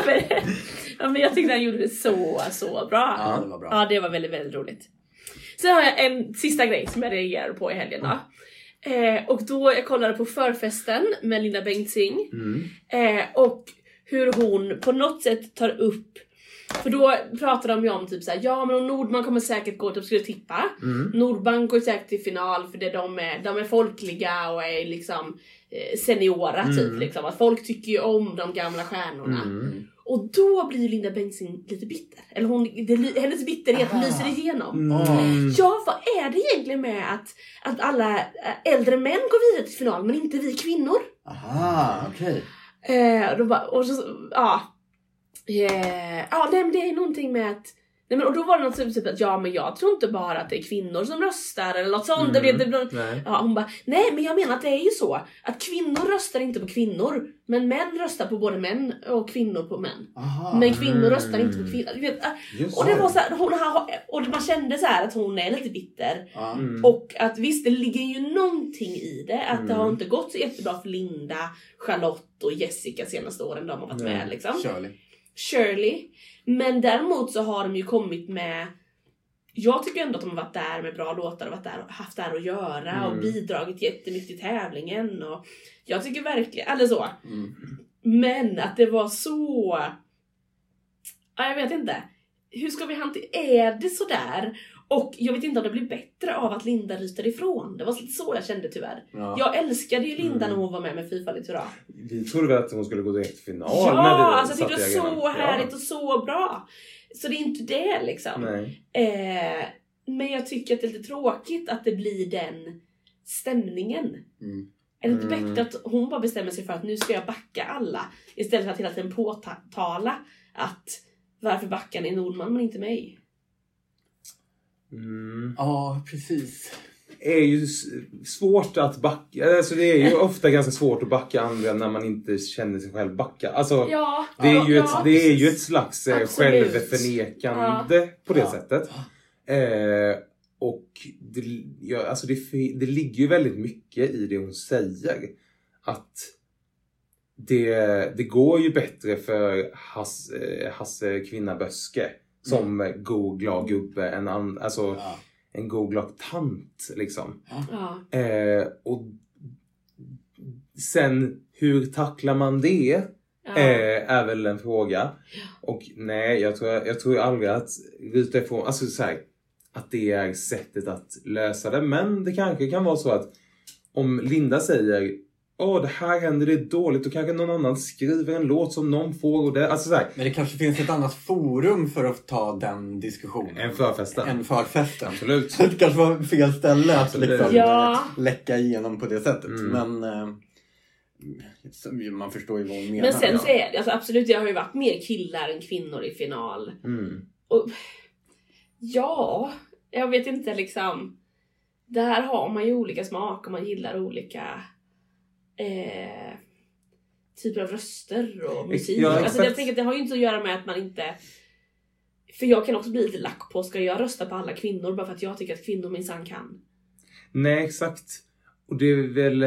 Men jag tyckte han gjorde det så bra. Ja, det var bra. Ja, det var väldigt, väldigt roligt. Sen har jag en sista grej som jag reagerade på i helgen då. Och då jag kollade på förfesten med Linda Bengtzing. Och hur hon på något sätt tar upp, för då pratar de ju om typ såhär, ja men Nordman kommer säkert gå typ, skulle tippa. Nordbank går säkert till final för det de är folkliga och är liksom seniora typ liksom, att folk tycker ju om de gamla stjärnorna. Och då blir Linda Bengtzing lite bitter. Eller hennes bitterhet lyser igenom. Ja, vad är det egentligen med att alla äldre män går vidare till final men inte vi kvinnor? Aha, okej. Nej, men det är någonting med att och då var det något typ att men jag tror inte bara att det är kvinnor som röstar eller något sånt. Hon bara, nej men jag menar att det är ju så att kvinnor röstar inte på kvinnor, men män röstar på både män och kvinnor på män. Men kvinnor röstar inte på kvinnor. Och det var så här, och man kände så här att hon är lite bitter. Och att visst, det ligger ju någonting i det, att det har inte gått så jättebra för Linda, Charlotte och Jessica senaste åren de har varit med liksom. Shirley. Men däremot så har de ju kommit med, jag tycker ändå att de har varit där med bra låtar och haft där att göra och bidragit jättemycket till tävlingen, och jag tycker verkligen, eller så. Men att det var så, jag vet inte, hur ska vi hantera, är det så där? Och jag vet inte om det blir bättre av att Linda ryter ifrån. Det var lite så jag kände tyvärr. Jag älskade ju Linda när hon var med Fyrfaldigt hurra. Vi trodde väl att hon skulle gå direkt till final. Alltså det var så härligt och så bra. Så det är inte det liksom. Men jag tycker att det är lite tråkigt att det blir den stämningen. Är det inte bättre att hon bara bestämmer sig för att nu ska jag backa alla, istället för att hela tiden påtala att varför backar ni Nordman men inte mig? Ja, precis. är ju svårt att backa. Alltså det är ju ofta ganska svårt att backa andra när man inte känner sig själv backa. Alltså det är ju ett slags självförnekande på det sättet. Och det ligger ju väldigt mycket i det hon säger. Att det går ju bättre för Hasse Kvinna Böske som god glad gubbe än en god glad tant liksom. Och sen hur tacklar man det är väl en fråga. Och nej, jag tror aldrig att ruta ifrån, alltså så här, att det är sättet att lösa det. Men det kanske kan vara så att om Linda säger det här händer, det är dåligt, och kanske någon annan skriver en låt som någon får och det, alltså så här. Men det kanske finns ett annat forum för att ta den diskussionen. En förfesten. Absolut. Det kanske var fel ställe att läcka igenom på det sättet. Men man förstår ju vad hon menar. Men sen så är det, alltså absolut, det har ju varit mer killar än kvinnor i final. Och jag vet inte liksom. Det här har man ju olika smak och man gillar olika typer av röster och musik. Alltså jag tänker att det har ju inte att göra med att man inte... För jag kan också bli lite lack på, ska jag rösta på alla kvinnor bara för att jag tycker att kvinnor minsann kan? Nej, exakt. Och det är väl...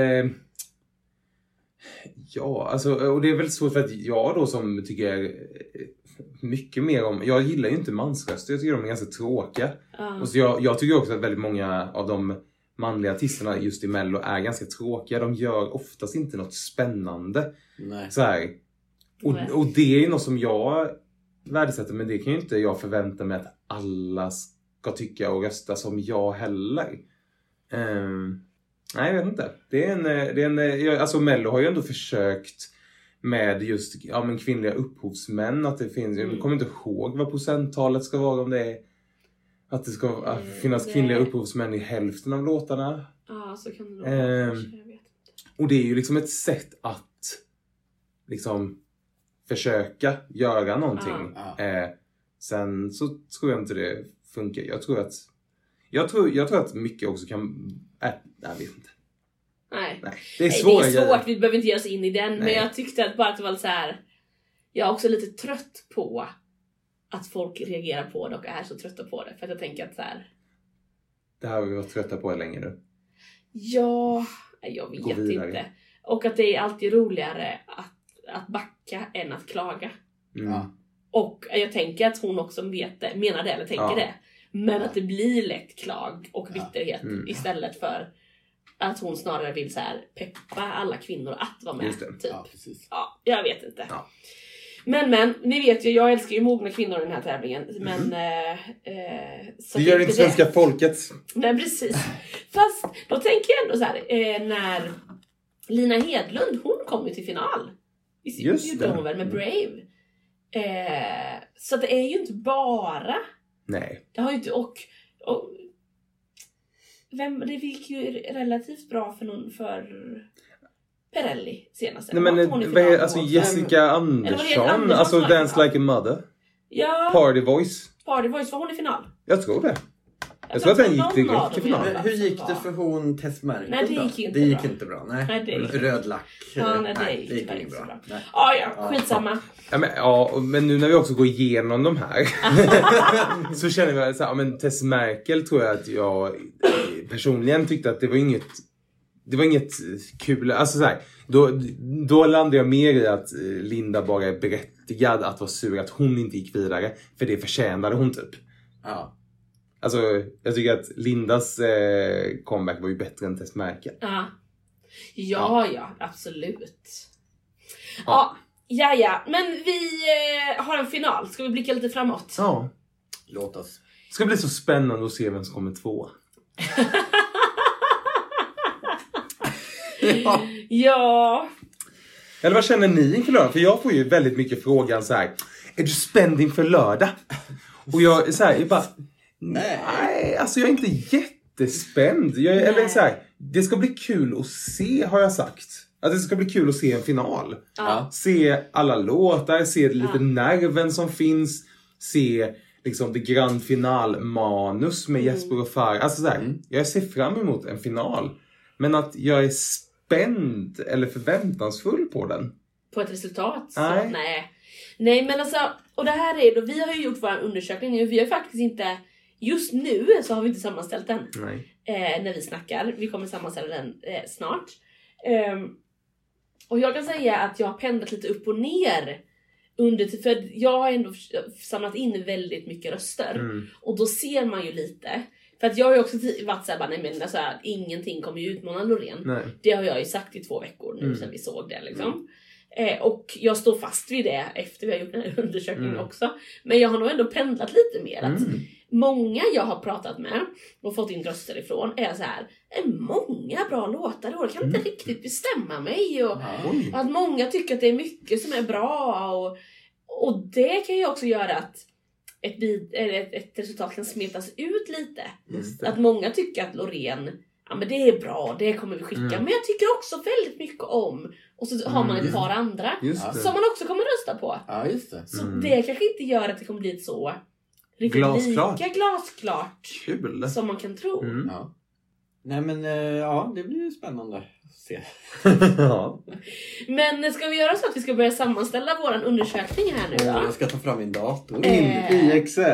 och det är väl så för att jag då som tycker mycket mer om... Jag gillar ju inte mansröster, jag tycker de är ganska tråkiga. Och så jag tycker också att väldigt många av de manliga artisterna just i Mello är ganska tråkiga. De gör oftast inte något spännande. Nej. Så här. Och det är ju något som jag värdesätter, men det kan ju inte jag förvänta mig att alla ska tycka och rösta som jag heller. Nej, jag vet inte. Alltså Mello har ju ändå försökt med just kvinnliga upphovsmän, att det finns, jag kommer inte ihåg vad procenttalet ska vara, om det är att det ska finnas kvinnliga upphovsmän i hälften av låtarna. Ja, så kan det nog vara. Jag vet inte. Och det är ju liksom ett sätt att liksom försöka göra någonting. Sen så tror jag inte det funkar. Jag tror att mycket också kan... jag vet inte. Nej. Det är svårt. Vi behöver inte ge oss in i den. Nej. Men jag tyckte att bara att det var så här... Jag är också lite trött på att folk reagerar på det och är så trötta på det. För att jag tänker att så här... Det här har vi varit trötta på länge nu. Ja, jag vet inte. Och att det är alltid roligare att backa än att klaga. Och jag tänker att hon också menar det eller tänker det. Men att det blir lätt klag och bitterhet istället för att hon snarare vill så här peppa alla kvinnor att vara med. Typ. Ja, jag vet inte. Ja. Men, ni vet ju, jag älskar ju mogna kvinnor i den här tävlingen. Men, så det gör inte svenska folket. Nej, precis. Fast då tänker jag ändå så här, när Lina Hedlund, hon kom ju till final. Just det. Hon väl med Brave. Så det är ju inte bara... Nej. Det har ju inte... Och det gick ju relativt bra för Perrelli senast. Nej, men alltså Jessica Andersson, alltså Dance Like a Mother. Ja. Party Voice, var hon i final? Jag tror det. Jag tror att den gick direkt till final. Hur gick det för hon Tess Merkel? Nej, det gick inte bra. Nej, röd lack. Nej, det gick inte bra. Ja, skitsamma. Men nu när vi också går igenom de här så känner vi så här, men Tess Merkel tror jag att jag personligen tyckte att det var inget kul. Alltså så här, då landade jag mer i att Linda bara är berättigad att vara sur att hon inte gick vidare, för det förtjänade hon typ. Ja. Alltså, jag tycker att Lindas comeback var ju bättre än Tess Merkel. Ja, absolut. Ja. Men vi har en final. Ska vi blicka lite framåt? Ja. Låt oss. Det ska bli så spännande att se vem som kommer 2. Ja. Eller vad känner ni inför lördag? För jag får ju väldigt mycket frågan så här: är du spänd inför lördag? Och jag bara... Nej, alltså jag är inte jättespänd. Eller så här, det ska bli kul att se, har jag sagt. Att det ska bli kul att se en final. Se alla låtar, se lite nerven som finns. Se liksom det grand final manus med Jesper och Farah. Alltså så här, jag ser fram emot en final. Men att jag är spänd eller förväntansfull på den. På ett resultat? Så, nej, men alltså, och det här är då, vi har ju gjort vår undersökning och vi har faktiskt inte, just nu så har vi inte sammanställt den. När vi snackar. Vi kommer sammanställa den snart. Och jag kan säga att jag har pendlat lite upp och ner för jag har ändå samlat in väldigt mycket röster. Och då ser man ju lite. För att jag har ju också varit såhär, nej men alltså, ingenting kommer ju utmana Loreen. Nej. Det har jag ju sagt i 2 veckor nu sedan vi såg det liksom. Och jag står fast vid det efter vi har gjort den här undersökningen också. Men jag har nog ändå pendlat lite mer. Att många jag har pratat med och fått in röster ifrån är så här: många bra låtar och jag kan inte riktigt bestämma mig. Och att många tycker att det är mycket som är bra. Och det kan ju också göra att ett resultat kan smetas ut lite. Att många tycker att Loreen, ja men det är bra, det kommer vi skicka. Men jag tycker också väldigt mycket om. Och så har man ett par andra som man också kommer rösta på. Ja, just det. Så det kanske inte gör att det kommer bli så riktigt lika glasklart Kul. som man kan tro. Ja. Nej men ja, det blir ju spännande att se. Ja. Men ska vi göra så att vi ska börja sammanställa våran undersökning här nu då? Jag ska ta fram min dator. In i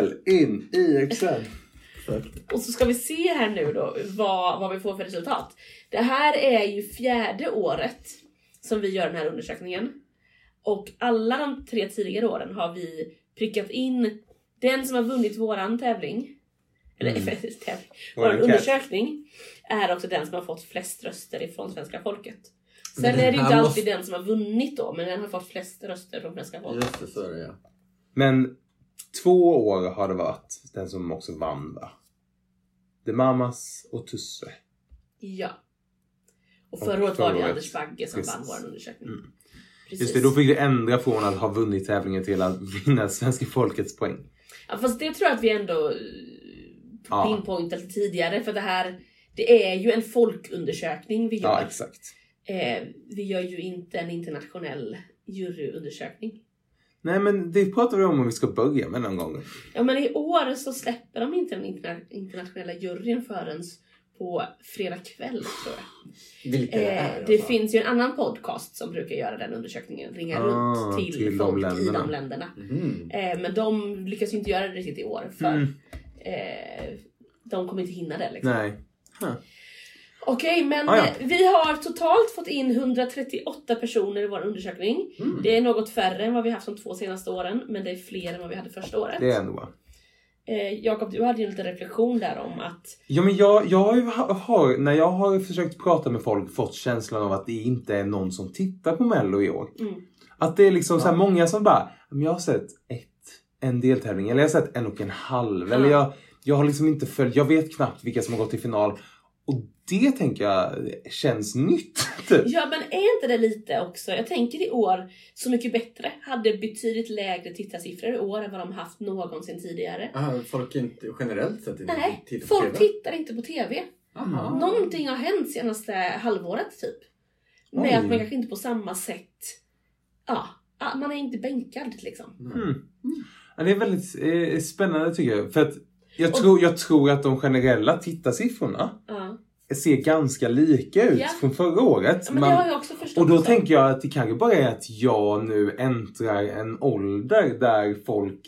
Excel. Och så ska vi se här nu då vad vi får för resultat. Det här är ju 4:e året som vi gör den här undersökningen. Och alla de 3 tidigare åren har vi prickat in den som har vunnit våran tävling. Eller våran undersökning är också den som har fått flest röster ifrån svenska folket. Sen är det ju inte alltid den som har vunnit då, men den har fått flest röster från svenska folket. Just det, så är det, ja. Men 2 år har det varit den som också vann, va? The Mamas och Tusse. Ja. Och förra året var det Anders Bagge som vann vår undersökning. Just det, då fick vi ändra från att ha vunnit tävlingen till att vinna svenska folkets poäng. Ja, fast det tror jag att vi ändå pinpointade tidigare. För det är ju en folkundersökning vi gör. Ja, exakt. Vi gör ju inte en internationell juryundersökning. Nej, men det pratar vi om vi ska börja med någon gång. Ja, men i år så släpper de inte den internationella juryn förrän på fredag kväll, tror jag. Vilka är det finns ju en annan podcast som brukar göra den undersökningen. Ringa runt till folk i de länderna. Men de lyckas ju inte göra det riktigt i år. För de kommer inte hinna det. Liksom. Nej. Okej, men vi har totalt fått in 138 personer i vår undersökning. Det är något färre än vad vi haft de 2 senaste åren. Men det är fler än vad vi hade första året. Det är ändå. Jakob, du hade ju lite reflektion där om att... Ja, men jag har när jag har försökt prata med folk fått känslan av att det inte är någon som tittar på Mello i år. Att det är liksom så här många som bara, men jag har sett en deltävling eller jag har sett 1,5 eller jag har liksom inte följt, jag vet knappt vilka som har gått till final. Och det tänker jag känns nytt. Typ. Ja, men är inte det lite också? Jag tänker i år Så mycket bättre hade betydligt lägre tittarsiffror i år än vad de haft någonsin tidigare. Folk inte generellt sett inte tittar på folk TV. Tittar inte på TV. Någonting har hänt senaste halvåret typ. Med att man kanske inte på samma sätt man är inte bänkad liksom. Ja, det är väldigt spännande tycker jag. För att jag tror att de generella tittarsiffrorna ser ganska lika ut från förra året. Ja, men det har jag också förstått. Och då tänker jag att det kanske bara är att jag nu äntrar en ålder där folk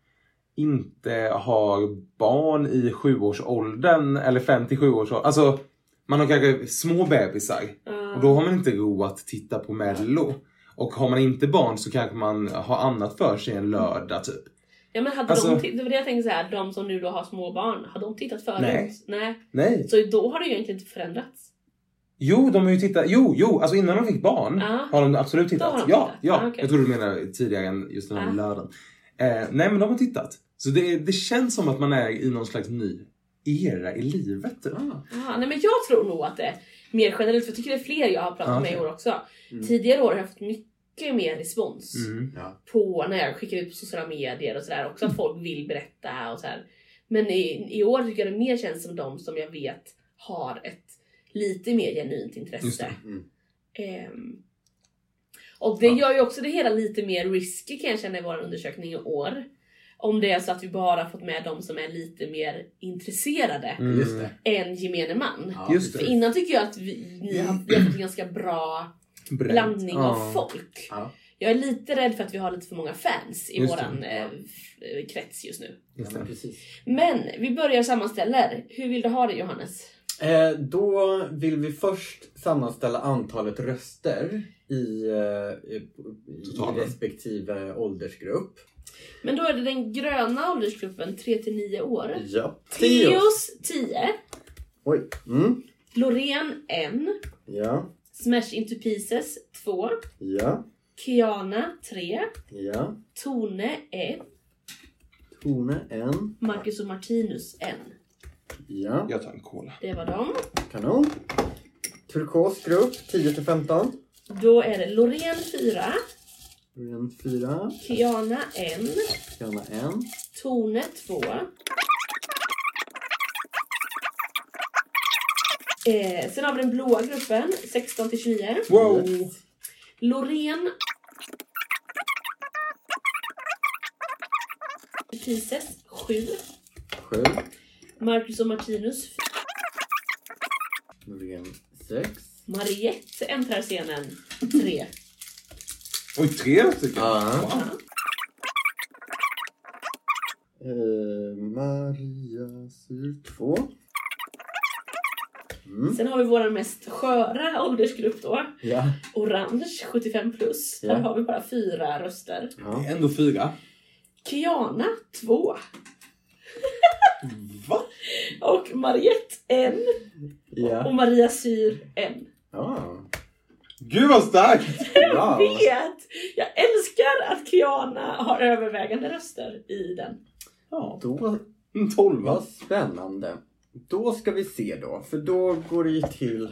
inte har barn i 7-årsåldern eller 5-7-årsåldern. Alltså, man har kanske små bebisar. Och då har man inte ro att titta på Mello. Och har man inte barn så kanske man har annat för sig en lördag typ. Ja, men hade det var det jag tänkte så här, de som nu då har små barn, har de tittat förut? Nej. Så då har det ju egentligen inte förändrats. Jo, de har ju tittat. Jo, alltså innan de fick barn har de absolut tittat. Har de tittat? Ja. Okay. Jag tror du menar tidigare än just den här lördagen. Nej, men de har tittat. Så det känns som att man är i någon slags ny era i livet. Nej, men jag tror nog att det är mer generellt, för jag tycker det är fler jag har pratat med i år också. Tidigare år har jag fått mycket mer respons på när jag skickar ut på sociala medier och sådär också, att folk vill berätta och sådär. Men i år tycker jag det mer känns som de som jag vet har ett lite mer genuint intresse. Och det gör ju också det hela lite mer risky kan jag känna i vår undersökning i år. Om det är så att vi bara fått med de som är lite mer intresserade än gemene man. Ja, just det. För innan tycker jag att vi har fått en ganska bra blandning av folk. Ja. Jag är lite rädd för att vi har lite för många fans i våran krets just nu. Just det. Precis. Men vi börjar sammanställa. Hur vill du ha det, Johannes? Då vill vi först sammanställa antalet röster i respektive åldersgrupp. Men då är det den gröna åldersgruppen 3-9 år. Ja. Theos 10. Oj. Loreen 1. Ja. Smash Into Pieces 2. Ja. Kiana 3. Ja. Tone 1. Tone 1. Marcus och Martinus 1. Ja. Jag tar en cola. Det var dem. Kanon. Turkos grupp 10-15. Då är det Loreen 4. Loreen 4. Kiana 1. Kiana 1. Tone 2. Sen har vi den blåa gruppen 16-29. Wow. Loreen Pieces 7. Marcus och Martinus Loreen 6. Mariette äntrar scenen 3. Oj, 3 stycken. Ja. Wow. Maria Syr 2. Sen har vi vår mest sköra åldersgrupp då. Ja. Orange 75 plus. Där har vi bara 4 röster. Ja. Ändå 4. Kiana 2. Va? Och Mariette 1. Ja. Och Maria Syr 1. Ja. Gud vad starkt! Jag vet! Jag älskar att Kiana har övervägande röster i den. Ja. Då 12. Vad spännande. Då ska vi se då. För då går det ju till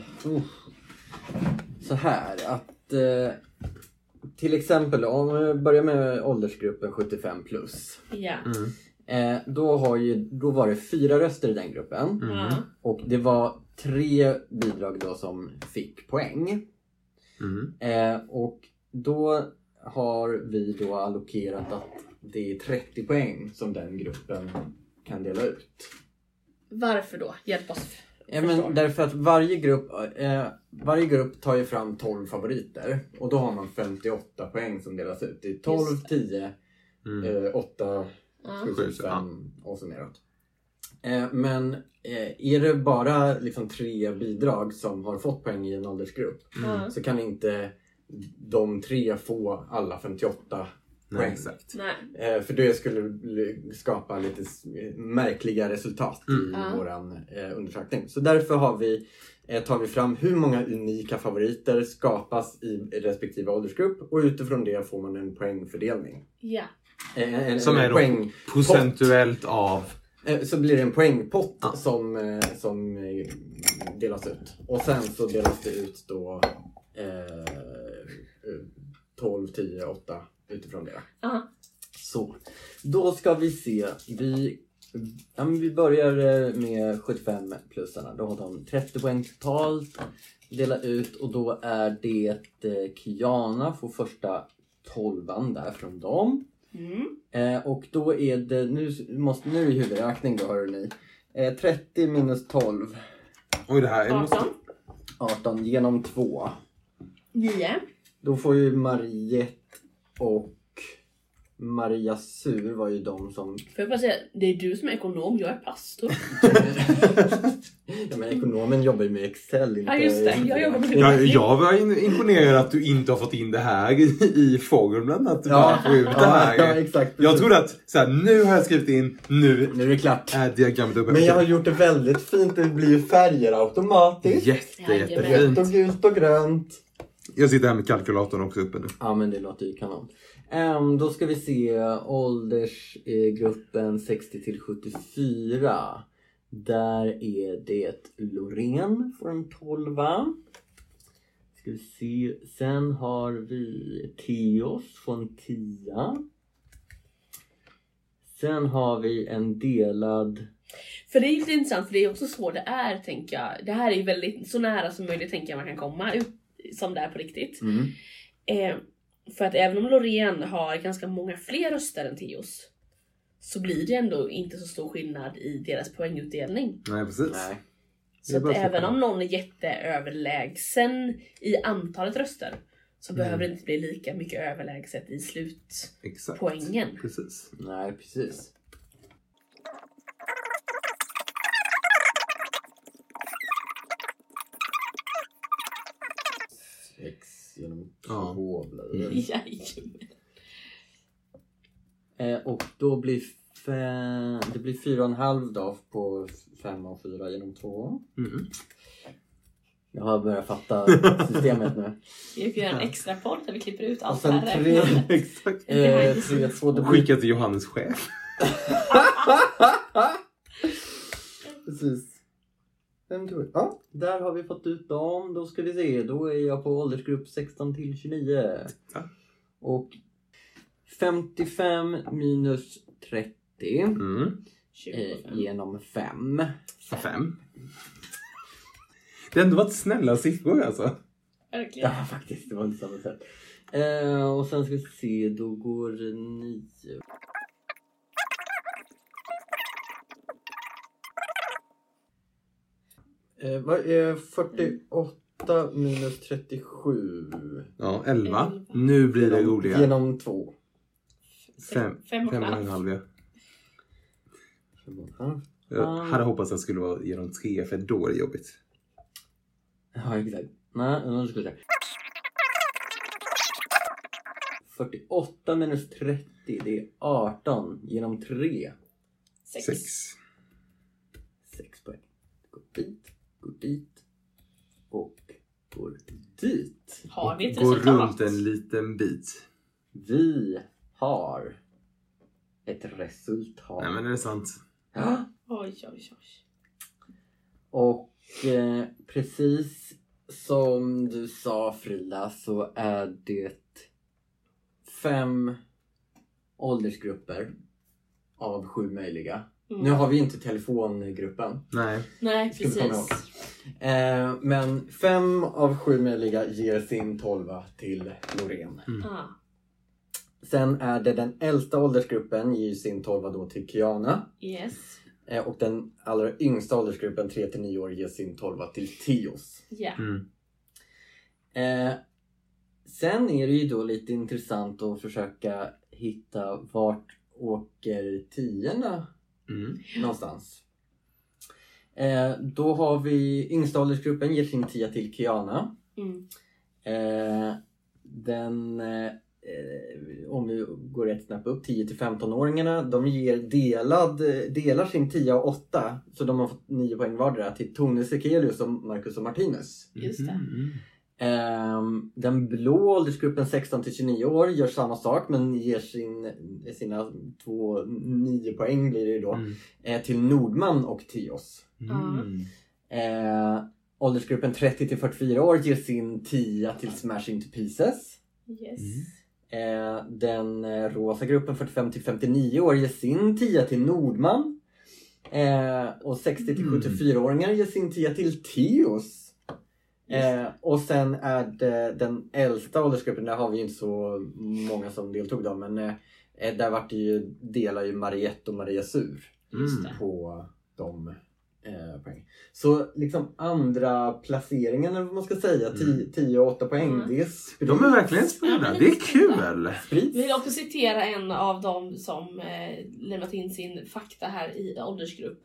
så här att till exempel om vi börjar med åldersgruppen 75 plus. Ja. Då var det 4 röster i den gruppen. Och det var 3 bidrag då som fick poäng. Och då har vi då allokerat att det är 30 poäng som den gruppen kan dela ut. Varför då? Hjälp oss. Men därför att varje grupp tar ju fram 12 favoriter. Och då har man 58 poäng som delas ut. Det är 12, 10, 8, 7, 5 och så neråt. Men är det bara liksom 3 bidrag som har fått poäng i en åldersgrupp så kan inte de 3 få alla 58 poäng. Exakt. För det skulle skapa lite märkliga resultat i våran undersökning. Så därför tar vi fram hur många unika favoriter skapas i respektive åldersgrupp. Och utifrån det får man en poängfördelning. Ja. Som är då procentuellt av... Så blir det en poängpott som delas ut. Och sen så delas det ut då 12, 10, 8 utifrån det. Så, då ska vi se. Vi börjar med 75-plussarna. Då har de 30 poäng totalt dela ut. Och då är det Kiana får första 12an där från dem. Och då är det, nu i huvudräkning då hör ni. 30 minus 12. Oj, det här är 18 genom 2. 9. Då får ju Mariette och Maria Sur var ju de som... Får jag bara säga, det är du som är ekonom, jag är pastor. Ja, men ekonomen jobbar ju med Excel. Ja, just det. Jag jobbar med jag var imponerad att du inte har fått in det här i formeln. Att du bara får ut det här. Ja, exakt. Jag trodde att nu har jag skrivit in, nu är det klart. Är diagrammet uppe. Men jag har gjort det väldigt fint. Det blir färger automatiskt. Jättefint. Rött och gult och grönt. Jag sitter här med kalkylatorn också uppe nu. Ja, men det låter ju kanon. Då ska vi se åldersgruppen 60-74. Där är det Loreen får en 12. Ska vi se. Sen har vi Theos får en 10. Sen har vi en delad... För det är lite intressant, för det är också så det är, tänker jag. Det här är ju väldigt så nära som möjligt, tänker jag, man kan komma ut som det är på riktigt. För att även om Loreen har ganska många fler röster än Theos, så blir det ändå inte så stor skillnad i deras poängutdelning. Nej, precis. Nej. Så att även om någon är jätteöverlägsen i antalet röster så behöver det inte bli lika mycket överlägset i slutpoängen. Precis. Nej, precis. Genom 2 blir det. Jajamän. Och då blir det blir 4,5 då på 5 och 4 genom 2. Jag har börjat fatta systemet nu. Vi får göra en extra podd där vi klipper ut Och allt det sen här. 3, Exakt. 3, 2, det Och blir... skicka till Johannes chef. Precis. 5 tur. Ja, där har vi fått ut dem. Då ska vi se. Då är jag på åldersgrupp 16 till 29. Ja. Och 55 minus 30 genom 5. 5. Det har ändå varit snälla siffror alltså. Verkligen. Ja, faktiskt. Det var inte samma sätt. Och sen ska vi se. Då går det 9. Vad är 48 minus 37? Ja, 11. Nu blir det roligare. Genom 2. 5,5. Jag hade hoppats att det skulle vara genom 3, för då är det jobbigt. Ja, exakt. Nej, nu ska vi se. 48 minus 30, det är 18 genom 3. 6. 6 poäng. Går dit och går dit. Har vi ett Gå resultat? runt en liten bit. Vi har ett resultat. Nej, men är det sant? Ja. Oj. Och precis som du sa, Frida, så är det 5 åldersgrupper av 7 möjliga. Nu har vi inte telefongruppen. Nej, precis. Men 5 av 7 möjliga ger sin 12 till Loreen. Sen är det den äldsta åldersgruppen ger sin 12 då till Kiana. Yes. Och den allra yngsta åldersgruppen 3-9 år ger sin 12 till Theos. Ja. Sen är det ju då lite intressant att försöka hitta vart åker 10:orna någonstans. Då har vi yngsta åldersgruppen ger sin 10 till Kiana. Om vi går ett snabbt upp, 10-15-åringarna, de delar sin 10 och 8, så de har fått 9 poäng vardera till Tone Sekelius och Marcus och Martinus. Just det. Den blå åldersgruppen 16-29 år gör samma sak, men ger sina 9 poäng blir det då till Nordman och Theos. Åldersgruppen 30-44 år ger sin 10 till Smash Into Pieces. Yes. Den rosa gruppen 45-59 år ger sin 10 till Nordman. Och 60-74-åringar ger sin 10 till Theos. Och sen är det den äldsta åldersgruppen, där har vi inte så många som deltog då, men där vart det ju, delar ju Mariette och Maria Sur på de poäng. Så liksom andra placeringen, eller vad man ska säga, 10 och 8 poäng, det är sprit. De är verkligen spridda, det är kul! Vi vill också citera en av dem som lämnat in sin fakta här i åldersgrupp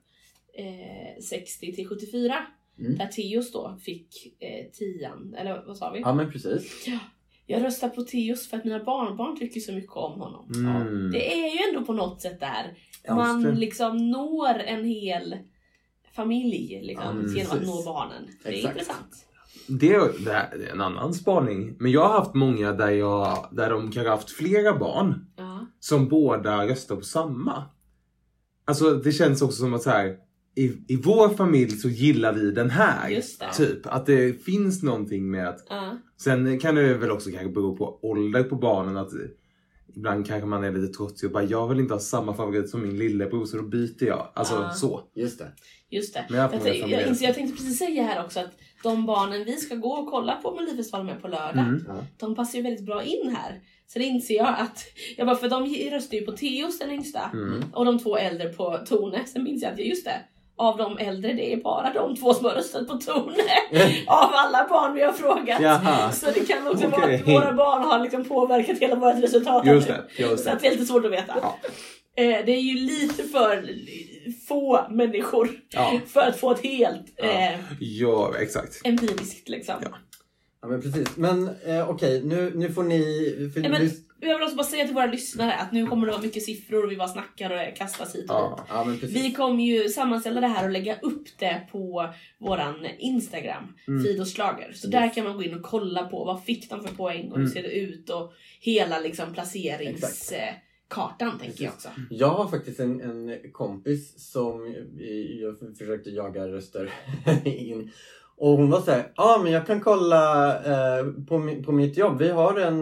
60-74. Där Theos då fick 10, eller vad sa vi? Ja, men precis. Ja, jag röstar på Theos för att mina barnbarn tycker så mycket om honom. Det är ju ändå på något sätt där man liksom når en hel familj liksom, genom att nå barnen. Det är intressant. Det är en annan spaning. Men jag har haft många där de kanske haft flera barn som båda röstar på samma. Alltså det känns också som att så här, i vår familj så gillar vi den här. Typ. Att det finns någonting med att... Sen kan det väl också kanske bero på ålder på barnen. Att ibland kanske man är lite trotsig och bara, jag vill inte ha samma favorit som min lillebror, så då byter jag. Alltså så. Just det. Just det. Jag tänkte precis säga här också att de barnen vi ska gå och kolla på Melodifestivalen med på lördag, de passar ju väldigt bra in här. Så det inser jag att, för de röstar ju på Theos, den yngsta, och de 2 äldre på Tone. Sen minns jag att just det, av de äldre, det är bara de 2 som har röstat på Tone. Av alla barn vi har frågat. Jaha. Så det kan också vara att våra barn har liksom påverkat hela vårt resultat. Just det. Så att det är lite svårt att veta. Ja. Det är ju lite för få människor för att få ett helt exakt. empiriskt liksom. Ja men precis. Men okej, nu får ni... Jag vill också bara säga till våra lyssnare att nu kommer det vara mycket siffror och vi bara snackar och kastas hit och dit. Ja, men precis. Vi kommer ju sammanställa det här och lägga upp det på våran Instagram, Fidos Schlager. Så där kan man gå in och kolla på vad fick de för poäng och hur ser det ut och hela liksom placeringskartan tänker jag också. Jag har faktiskt en kompis som jag försökte jaga röster in. Och hon var så här, men jag kan kolla på mitt jobb. Vi har en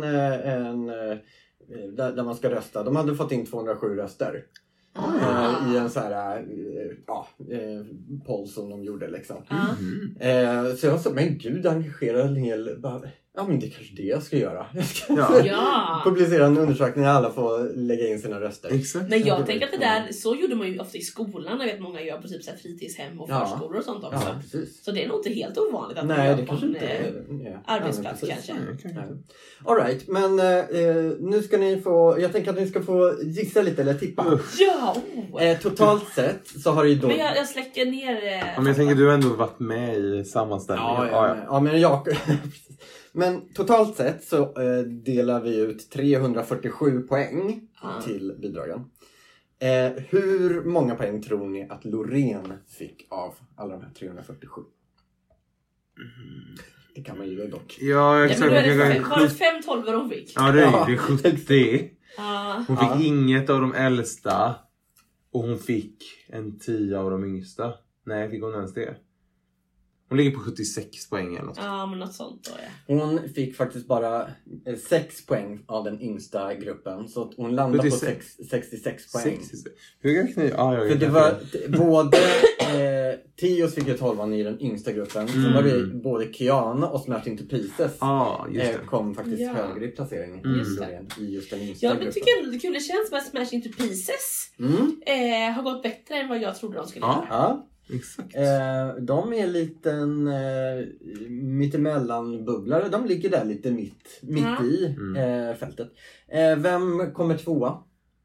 där man ska rösta. De hade fått in 207 röster. I en så här poll som de gjorde liksom. Så jag sa, men gud, engagerar en hel... men det är kanske det jag ska göra. Jag ska publicera en undersökning där alla får lägga in sina röster. Exakt. Men jag tänker att det där, så gjorde man ju ofta i skolan. Jag vet många gör på typ så här fritidshem och förskolor och sånt också. Ja, precis. Så det är nog inte helt ovanligt att man gör på en arbetsplats kanske. All right, men nu ska ni få, jag tänker att ni ska få gissa lite eller tippa. Totalt sett så har det ju då... Men jag släcker ner... men jag tänker du har ändå varit med i sammanställningen. Men jag... Men totalt sett så delar vi ut 347 poäng till bidragen. Hur många poäng tror ni att Loreen fick av alla de här 347? Det kan man ju dock. Ja, exakt. Var det 5-12 hon fick? Ja, det är 70. Hon fick inget av de äldsta. Och hon fick en 10 av de yngsta. Nej, fick hon ens det? Hon ligger på 76 poäng eller något. Ja, men något sånt då, Hon fick faktiskt bara 6 poäng av den yngsta gruppen. Så hon landade på 66 poäng. 66. Hur räknar jag? För det var både Theos fick ju 12 i den yngsta gruppen. Så var det både Kiana och Smash Into Pieces kom faktiskt högre i placeringen i just den yngsta gruppen. Jag tycker ändå det är kul. Det känns som att Smash Into Pieces har gått bättre än vad jag trodde de skulle göra. Ja. Exakt. De är liten mittemellan bubblare. De ligger där lite mitt i fältet. Vem kommer tvåa?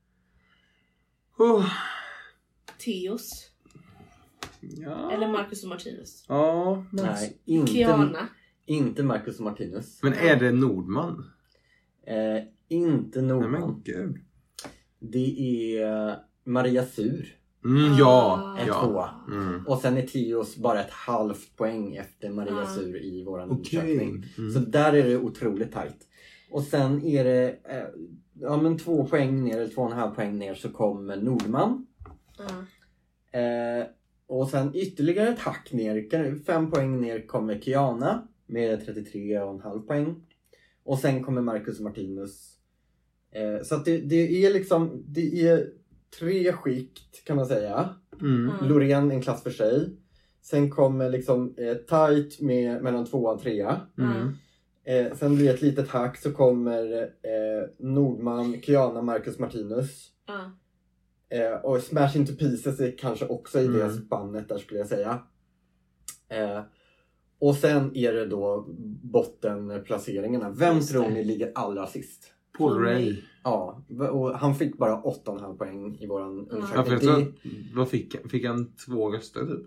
Theos. Ja. Eller Marcus och Martinus. Ja. Nej, inte Marcus och Martinus. Men är det Nordman? Inte Nordman. Nej, men gud. Det är Maria Sur. Tvåa. Och sen är Theos bara ett halvt poäng efter Maria Sur i våran undersökning. Så där är det otroligt tajt. Och sen är det 2 poäng ner eller 2,5 poäng ner så kommer Nordman. Och sen ytterligare ett hack ner, 5 poäng ner kommer Kiana med 33,5 poäng. Och sen kommer Marcus och Martinus. Så att det är liksom, det är 3 skikt kan man säga. Loreen en klass för sig. Sen kommer liksom tight med mellan 2 och 3. Sen blir det ett litet hack så kommer Nordman, Kiana, Marcus, Martinus. Och Smash Into Pieces är kanske också i det spannet där skulle jag säga. Och sen är det då bottenplaceringarna. Vem tror ni ligger allra sist? Paul Ray. Ja, och han fick bara 8,5 poäng i våran undersökning. Vad fick han 2 röster typ?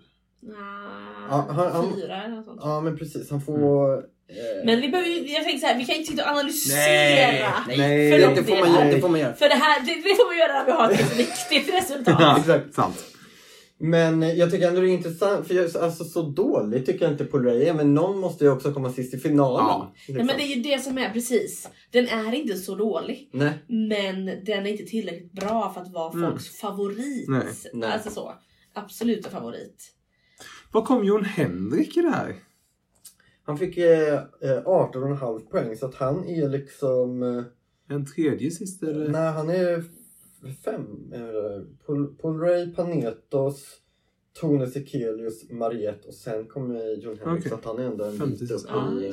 4 eller något sånt. Ja, men precis. Han får... Men vi behöver, jag tänker så här, vi kan inte sitta och analysera. Nej, det får man göra. För det här, det får man göra när vi har ett riktigt resultat. Exakt, sant. Men jag tycker ändå det är intressant, för alltså, så dåligt tycker jag inte Paul Ray är, men någon måste ju också komma sist i finalen. Liksom. Nej, men det är ju det som är precis. Den är inte så dålig. Nej. Men den är inte tillräckligt bra för att vara folks favorit. Nej. Alltså så, absoluta favorit. Vad kom Jon Henrik i det här? Han fick 18,5 poäng, så att han är liksom... En tredje sist eller? Nej, han är 5. Paul Ray, Panetos, Tone Sekelius, Mariette och sen kommer Jon Henrik, så att han är ändå en bit upp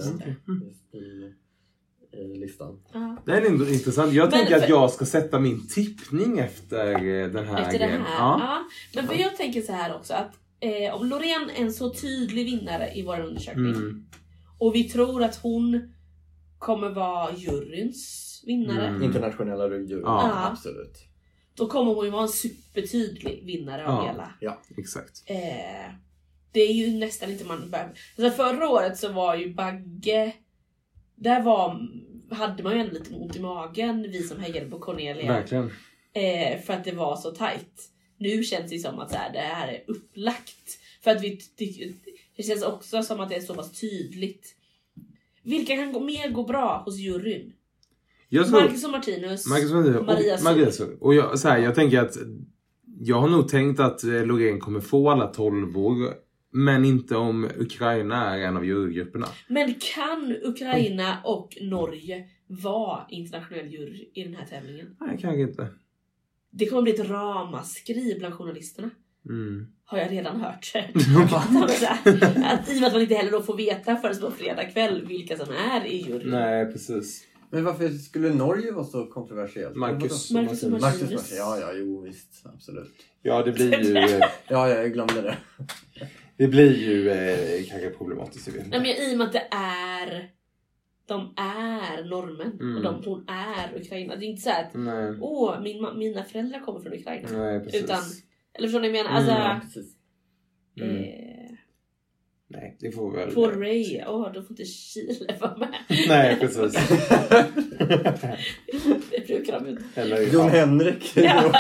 i listan. Det är ändå intressant. Jag tänker att jag ska sätta min tippning efter den här. Efter det här. Ja. Men för jag tänker så här också att om Loreen är en så tydlig vinnare i vår undersökning och vi tror att hon kommer vara juryns vinnare. Internationella jury, absolut. Då kommer hon ju vara en supertydlig vinnare av hela. Ja, exakt. Det är ju nästan inte man behöver. Alltså förra året så var ju Bagge, där hade man ju ändå lite ont i magen, vi som hejade på Cornelia. Verkligen. För att det var så tajt. Nu känns det som att så här, det här är upplagt. För att det känns också som att det är så pass tydligt. Vilka kan mer gå bra hos juryn? Marcus och Martinus. Maria och jag tänker att jag har nog tänkt att Loreen kommer få alla 12 år. Men inte om Ukraina är en av jurygrupperna. Men kan Ukraina och Norge vara internationell jury i den här tävlingen? Nej, kanske inte. Det kommer bli ett ramaskri bland journalisterna. Har jag redan hört. Att, i och med att man inte heller då får veta förrän på fredag kväll vilka som är i juryn. Nej, precis. Men varför skulle Norge vara så kontroversiellt? Marcus och Martinus. Ja, jo visst, absolut. Ja, det blir ju... ja, jag glömde det. Det blir ju kanske problematiskt. Nej, men i och med att de är normen och hon är Ukraina. Det är inte så att mina föräldrar kommer från Ukraina. Nej, precis. Utan, eller förstår ni vad jag menar? Alltså, precis. Nej, det får väl... Paul Ray, då får inte Chile vara med. Nej, precis. Det brukar de inte. Eller, Jon Henrik.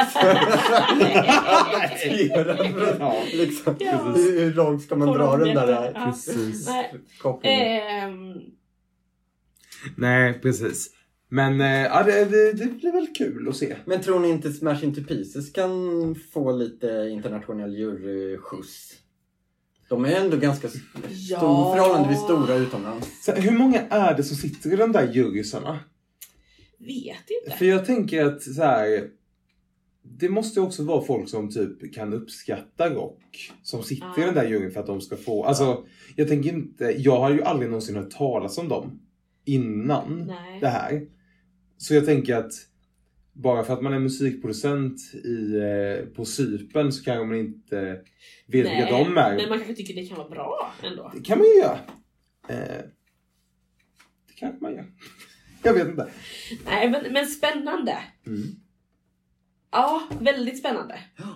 Hur långt ska man dra den där? Precis. Nej. Nej, precis. Men det blir väl kul att se. Men tror ni inte Smash Into Pieces kan få lite internationell juryskjuts? De är ändå ganska förhållandevis stora utomlands. Så, hur många är det som sitter i de där jurysarna? Vet inte. För jag tänker att så här, det måste också vara folk som typ kan uppskatta rock. Som sitter i den där juryn för att de ska få... Alltså, jag tänker inte... Jag har ju aldrig någonsin hört talas om dem innan det här. Så jag tänker att bara för att man är musikproducent på Cypern så kanske man inte vet vilka de är. Men man kanske tycker det kan vara bra ändå. Det kan man ju göra. Det kanske man gör. Jag vet inte. Nej, men spännande. Ja, väldigt spännande.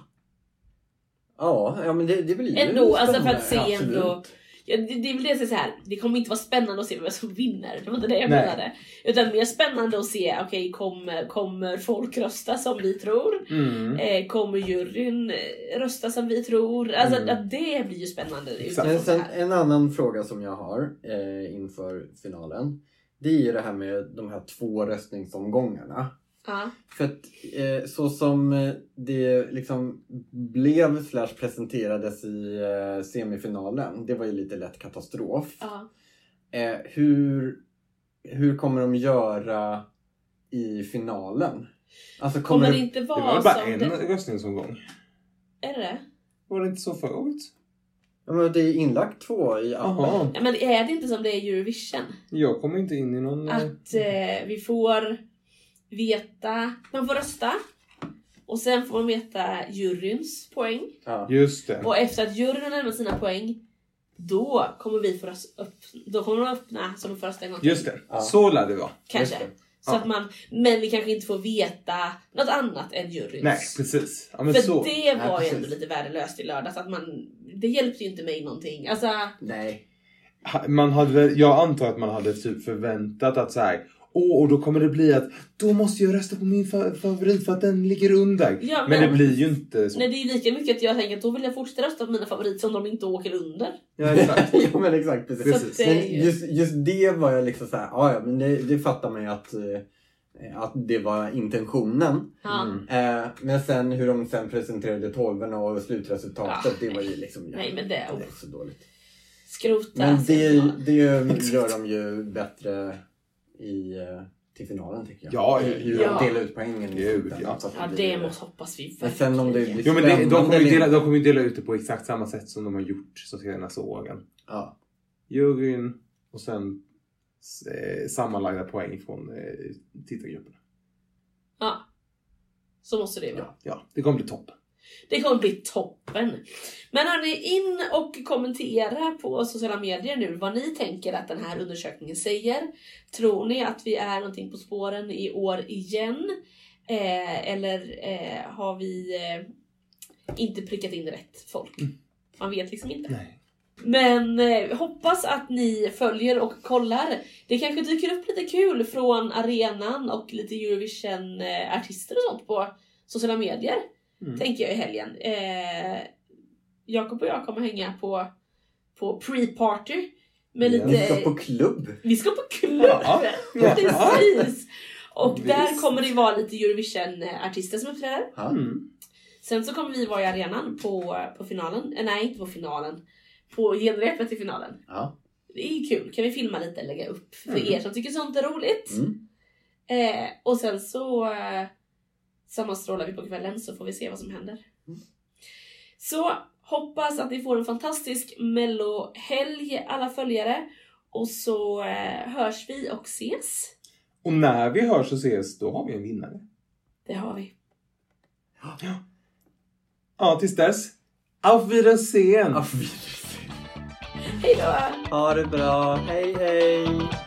Ja, men det blir ju ändå, alltså för att se ändå... Ja, det är väl det jag säger så här. Det kommer inte vara spännande att se vem som vinner. Det var inte det jag menade. Utan mer spännande att se, okej, kommer folk rösta som vi tror? Kommer juryn rösta som vi tror? Alltså att det blir ju spännande. Sen, en annan fråga som jag har inför finalen. Det är ju det här med de här 2 röstningsomgångarna. För att så som det liksom blev / presenterades i semifinalen, det var ju lite lätt katastrof. Hur kommer de göra i finalen? Alltså kommer det inte vara det var bara en röstningsomgång. Är det? Var det inte så förra året? Ja, men det är inlagt 2 i appen. Ja, men är det inte som det är Eurovision? Jag kommer inte in i någon... Att vi får veta... Man får rösta. Och sen får man veta juryns poäng. Ja. Just det. Och efter att juryn har lämnat sina poäng, då kommer vi få då kommer de öppna så de får rösta en gång till. Just det. Ja. Så lär det vara. Kanske. Så att men vi kanske inte får veta något annat än juryns. Nej, precis. Ja, men för så. det var ju ändå lite värdelöst i lördags. Att det hjälpte ju inte mig någonting. Alltså... Nej. Jag antar att man hade typ förväntat att så här... och då kommer det bli att då måste jag rösta på min favorit för att den ligger under. Ja, men det blir ju inte så. Nej, det är ju lika mycket att jag tänker att då vill jag fortsätta rösta på mina favoriter som de inte åker under. Ja, exakt. Ja, men exakt. Precis. Men just det var jag liksom så här, ja, men det fattar man ju att det var intentionen. Men sen hur de sen presenterade 12:orna och slutresultatet, det var ju liksom... Nej, men det var så dåligt. Skrota. Men det gör de ju bättre i till finalen tycker jag. Ja, hur de delar ut poängen. Ja, det måste hoppas vi. Men sen om det blir jo, men de kommer ju dela ut det på exakt samma sätt som de har gjort så senaste åren. Ja. Juryn och sen sammanlagda poäng från tittargrupperna. Ja. Så måste det vara. Ja, det kommer bli toppen. Det kommer bli toppen. Men hörni, in och kommentera på sociala medier nu vad ni tänker att den här undersökningen säger. Tror ni att vi är någonting på spåren i år igen? Eller har vi inte prickat in rätt folk? Man vet liksom inte. Nej. Men hoppas att ni följer och kollar. Det kanske dyker upp lite kul från arenan och lite Eurovision-artister och sånt på sociala medier. Tänker jag i helgen. Jakob och jag kommer hänga på pre-party. Med lite... Vi ska på klubb. Vi ska på klubb! Precis! Och där kommer det vara lite Eurovision-artister som uppträder. Sen så kommer vi vara i arenan på finalen. Nej, inte på finalen. På genrepet i finalen. Ja. Det är kul. Kan vi filma lite och lägga upp för er som tycker sånt är roligt. Och sen så sammanstrålar vi på kvällen så får vi se vad som händer. Så hoppas att ni får en fantastisk mellohelg alla följare. Och så hörs vi och ses. Och när vi hörs och ses då har vi en vinnare. Det har vi. Ja, tills dess. Auf Wiedersehen. Auf Wiedersehen. Hej då. Ha det bra. Hej hej.